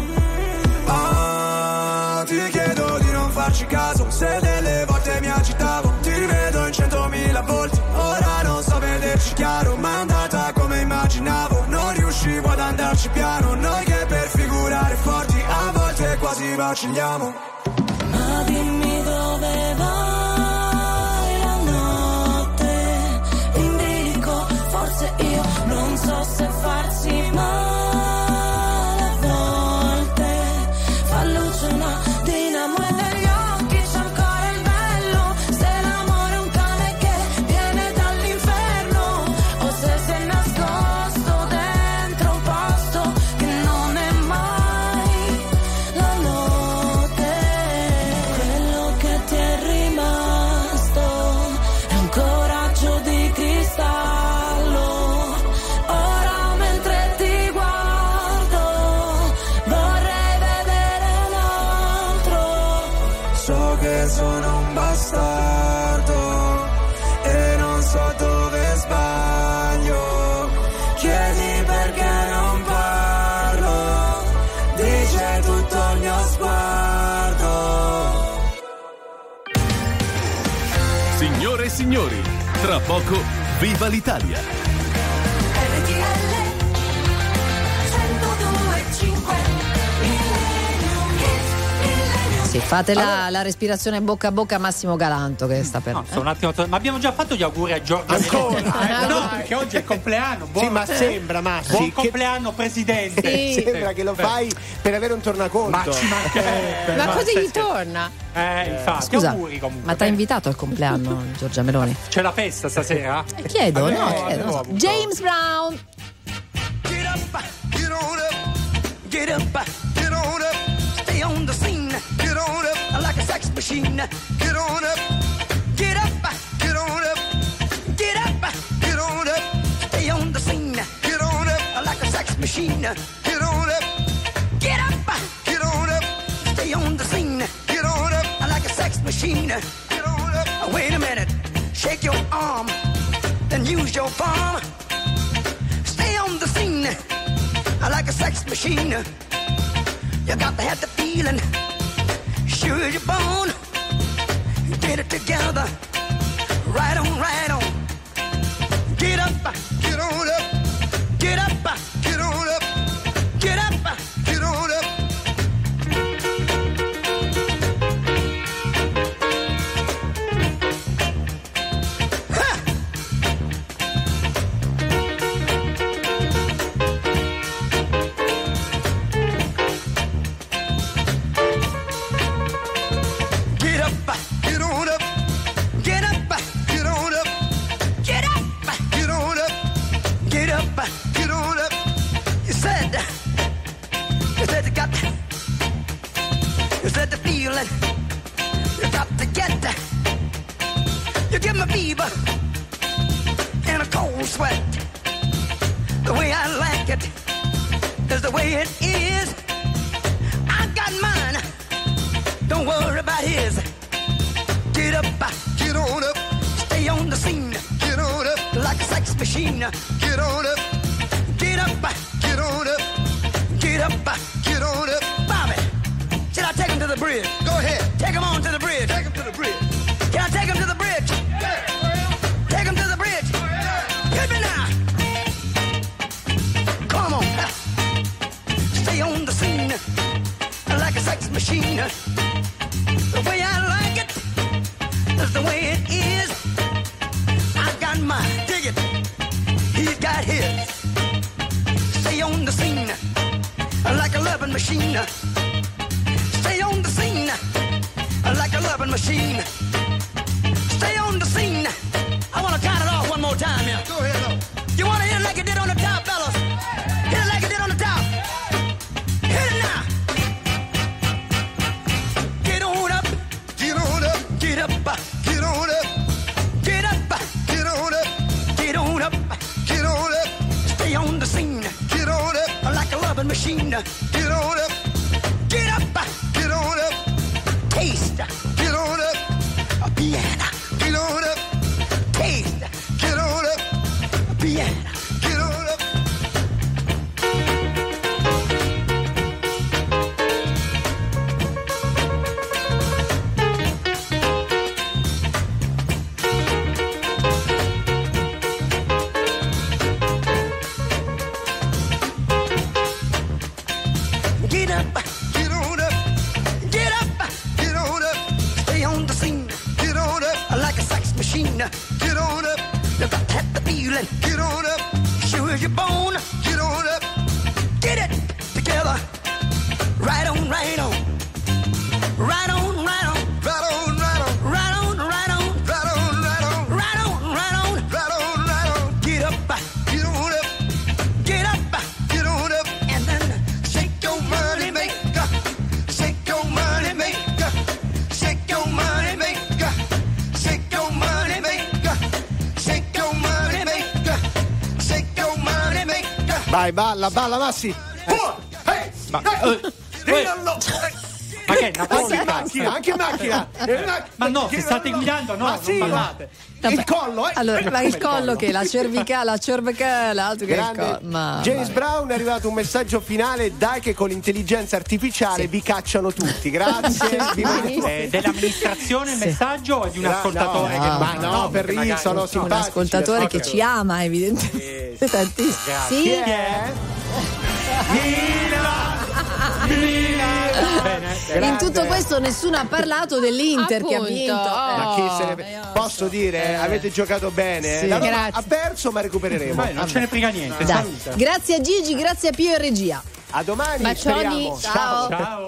Ah, ti chiedo di non farci caso, se delle volte mi agitavo. Ti rivedo in centomila volti, ora non so vederci chiaro. Ma è andata come immaginavo, non riuscivo ad andarci piano. Noi che per figurare forti a volte quasi vacilliamo. Ma dimmi dove vai la notte. In bilico forse io non so se farsi male a volte. Fa luce una dinamo e negli occhi c'è ancora il bello. Se l'amore è un cane che viene dall'inferno o se si è nascosto dentro un posto che non è mai la notte. Quello che ti è rimasto è un coraggio di cristallo. Ora mentre ti guardo vorrei vedere un altro. So che sono un bastardo e non so dove sbaglio. Chiedi perché non parlo, dice tutto il mio sguardo. Signore e signori, tra poco viva l'Italia. R T L centodue e cinque Millennium Hit, Millennium Sì, fate la, la respirazione bocca a bocca a Massimo Galanto che sta per. No, sto un attimo, ma abbiamo già fatto gli auguri a Giorgia Ancora? Meloni. Eh, no, perché oggi è il compleanno. Buon, Sì, ma sembra, Massi, buon che- compleanno, presidente. Sì. Sembra che lo Beh. fai per avere un tornaconto. Ma ci mancherebbe. Ma no, cosa stai gli scherzando. torna? Eh, infatti, Scusa, auguri comunque. ma ti ha invitato al compleanno Giorgia Meloni? C'è la festa stasera? Chiedo, Avevo- no, chiedo. avevo non so. avuto- James Brown. Get up, get on up, get up, get on up, stay on the scene, get on up, like a sex machine, get on up, get up, get on up, get up, get on up, stay on the scene, get on up, like a sex machine, get on up, get up, get on up, stay on the scene, get on up, like a sex machine, get on up, wait a minute, shake your arm, then use your palm. Stay on the scene, I like a sex machine. You got to have the feeling, sure as you're born. Get it together, right on, right on. Get up, get on up, get up, get on up, get up, get on up. That's the way it is. I got mine. Don't worry about his. Get up, get on up. Stay on the scene. Get on up. Like a sex machine. Get on up. Get up, get on up. Get up, get on up. Bobby, should I take him to the bridge? Go ahead. Take him on to the bridge. Take him to the bridge. Can I take him to the bridge? Yeah. Take him to the bridge. Yeah. Hit me now. Come on. Stay on the scene like a sex machine. The way I like it is the way it is. I got mine. Dig it. He's got his. Stay on the scene like a loving machine. Stay on the scene like a loving machine. Stay on the scene. I want to count it off one more time, yeah. Go ahead, though. You want to hit it like it did on the top, fellas? Hit it like it did on the top. Hit it now. Get on up. Get on up. Get up. Get on up. Get up. Get on up. Get on up. Get on up. Stay on the scene. Get on up. Like a loving machine. Get on up. Get up. Get on up. Taste. Get on up. A piano. Get on up. Taste. Get on up. A piano. Get on up. Get up, get on up, get up, get on up. Stay on the scene, get on up like a sex machine. Get on up, you got to have the feeling. Get on up, sure as you're born. Get on up, get it together. Right on, right on, right on, right on, right on, right on, right on, right on, right on, right on, right on, right on, right on, right on. Get up, get on up, get up, get on up, and then shake your money maker, shake your money maker, shake your money maker, shake your money maker, shake your money maker, shake your money maker. Vai, balla, balla, Massi. Eh. Ma, eh, Dillo. ma che è Anche in macchina, anche in macchina. Ma no, se state guidando, no, Ma sì, non parlate. il collo, eh? Allora, ma il collo che? La cervicale, la cervicale, altro che il Grande. collo. Ma James vabbè. Brown, è arrivato un messaggio finale. Dai che con l'intelligenza artificiale vi cacciano tutti. Grazie. Vi- Eh, dell'amministrazione il Sì. messaggio o di un No, ascoltatore no, che ma no, per che lì magari- sono Un simpatici. ascoltatore che Ok. ci ama, evidentemente. Tantissimo. Chi Sì. è? Bene. In tutto questo nessuno ha parlato dell'Inter che ha Appunto. vinto. Ma chi se Oh, ne... Posso dire, eh, avete giocato bene. Sì. La Roma Grazie. ha perso, ma recupereremo. Beh, non ce ne frega niente. Dai. Salute. Grazie a Gigi, grazie a Pio e regia. A domani, Bacioni. speriamo. Ciao. Ciao.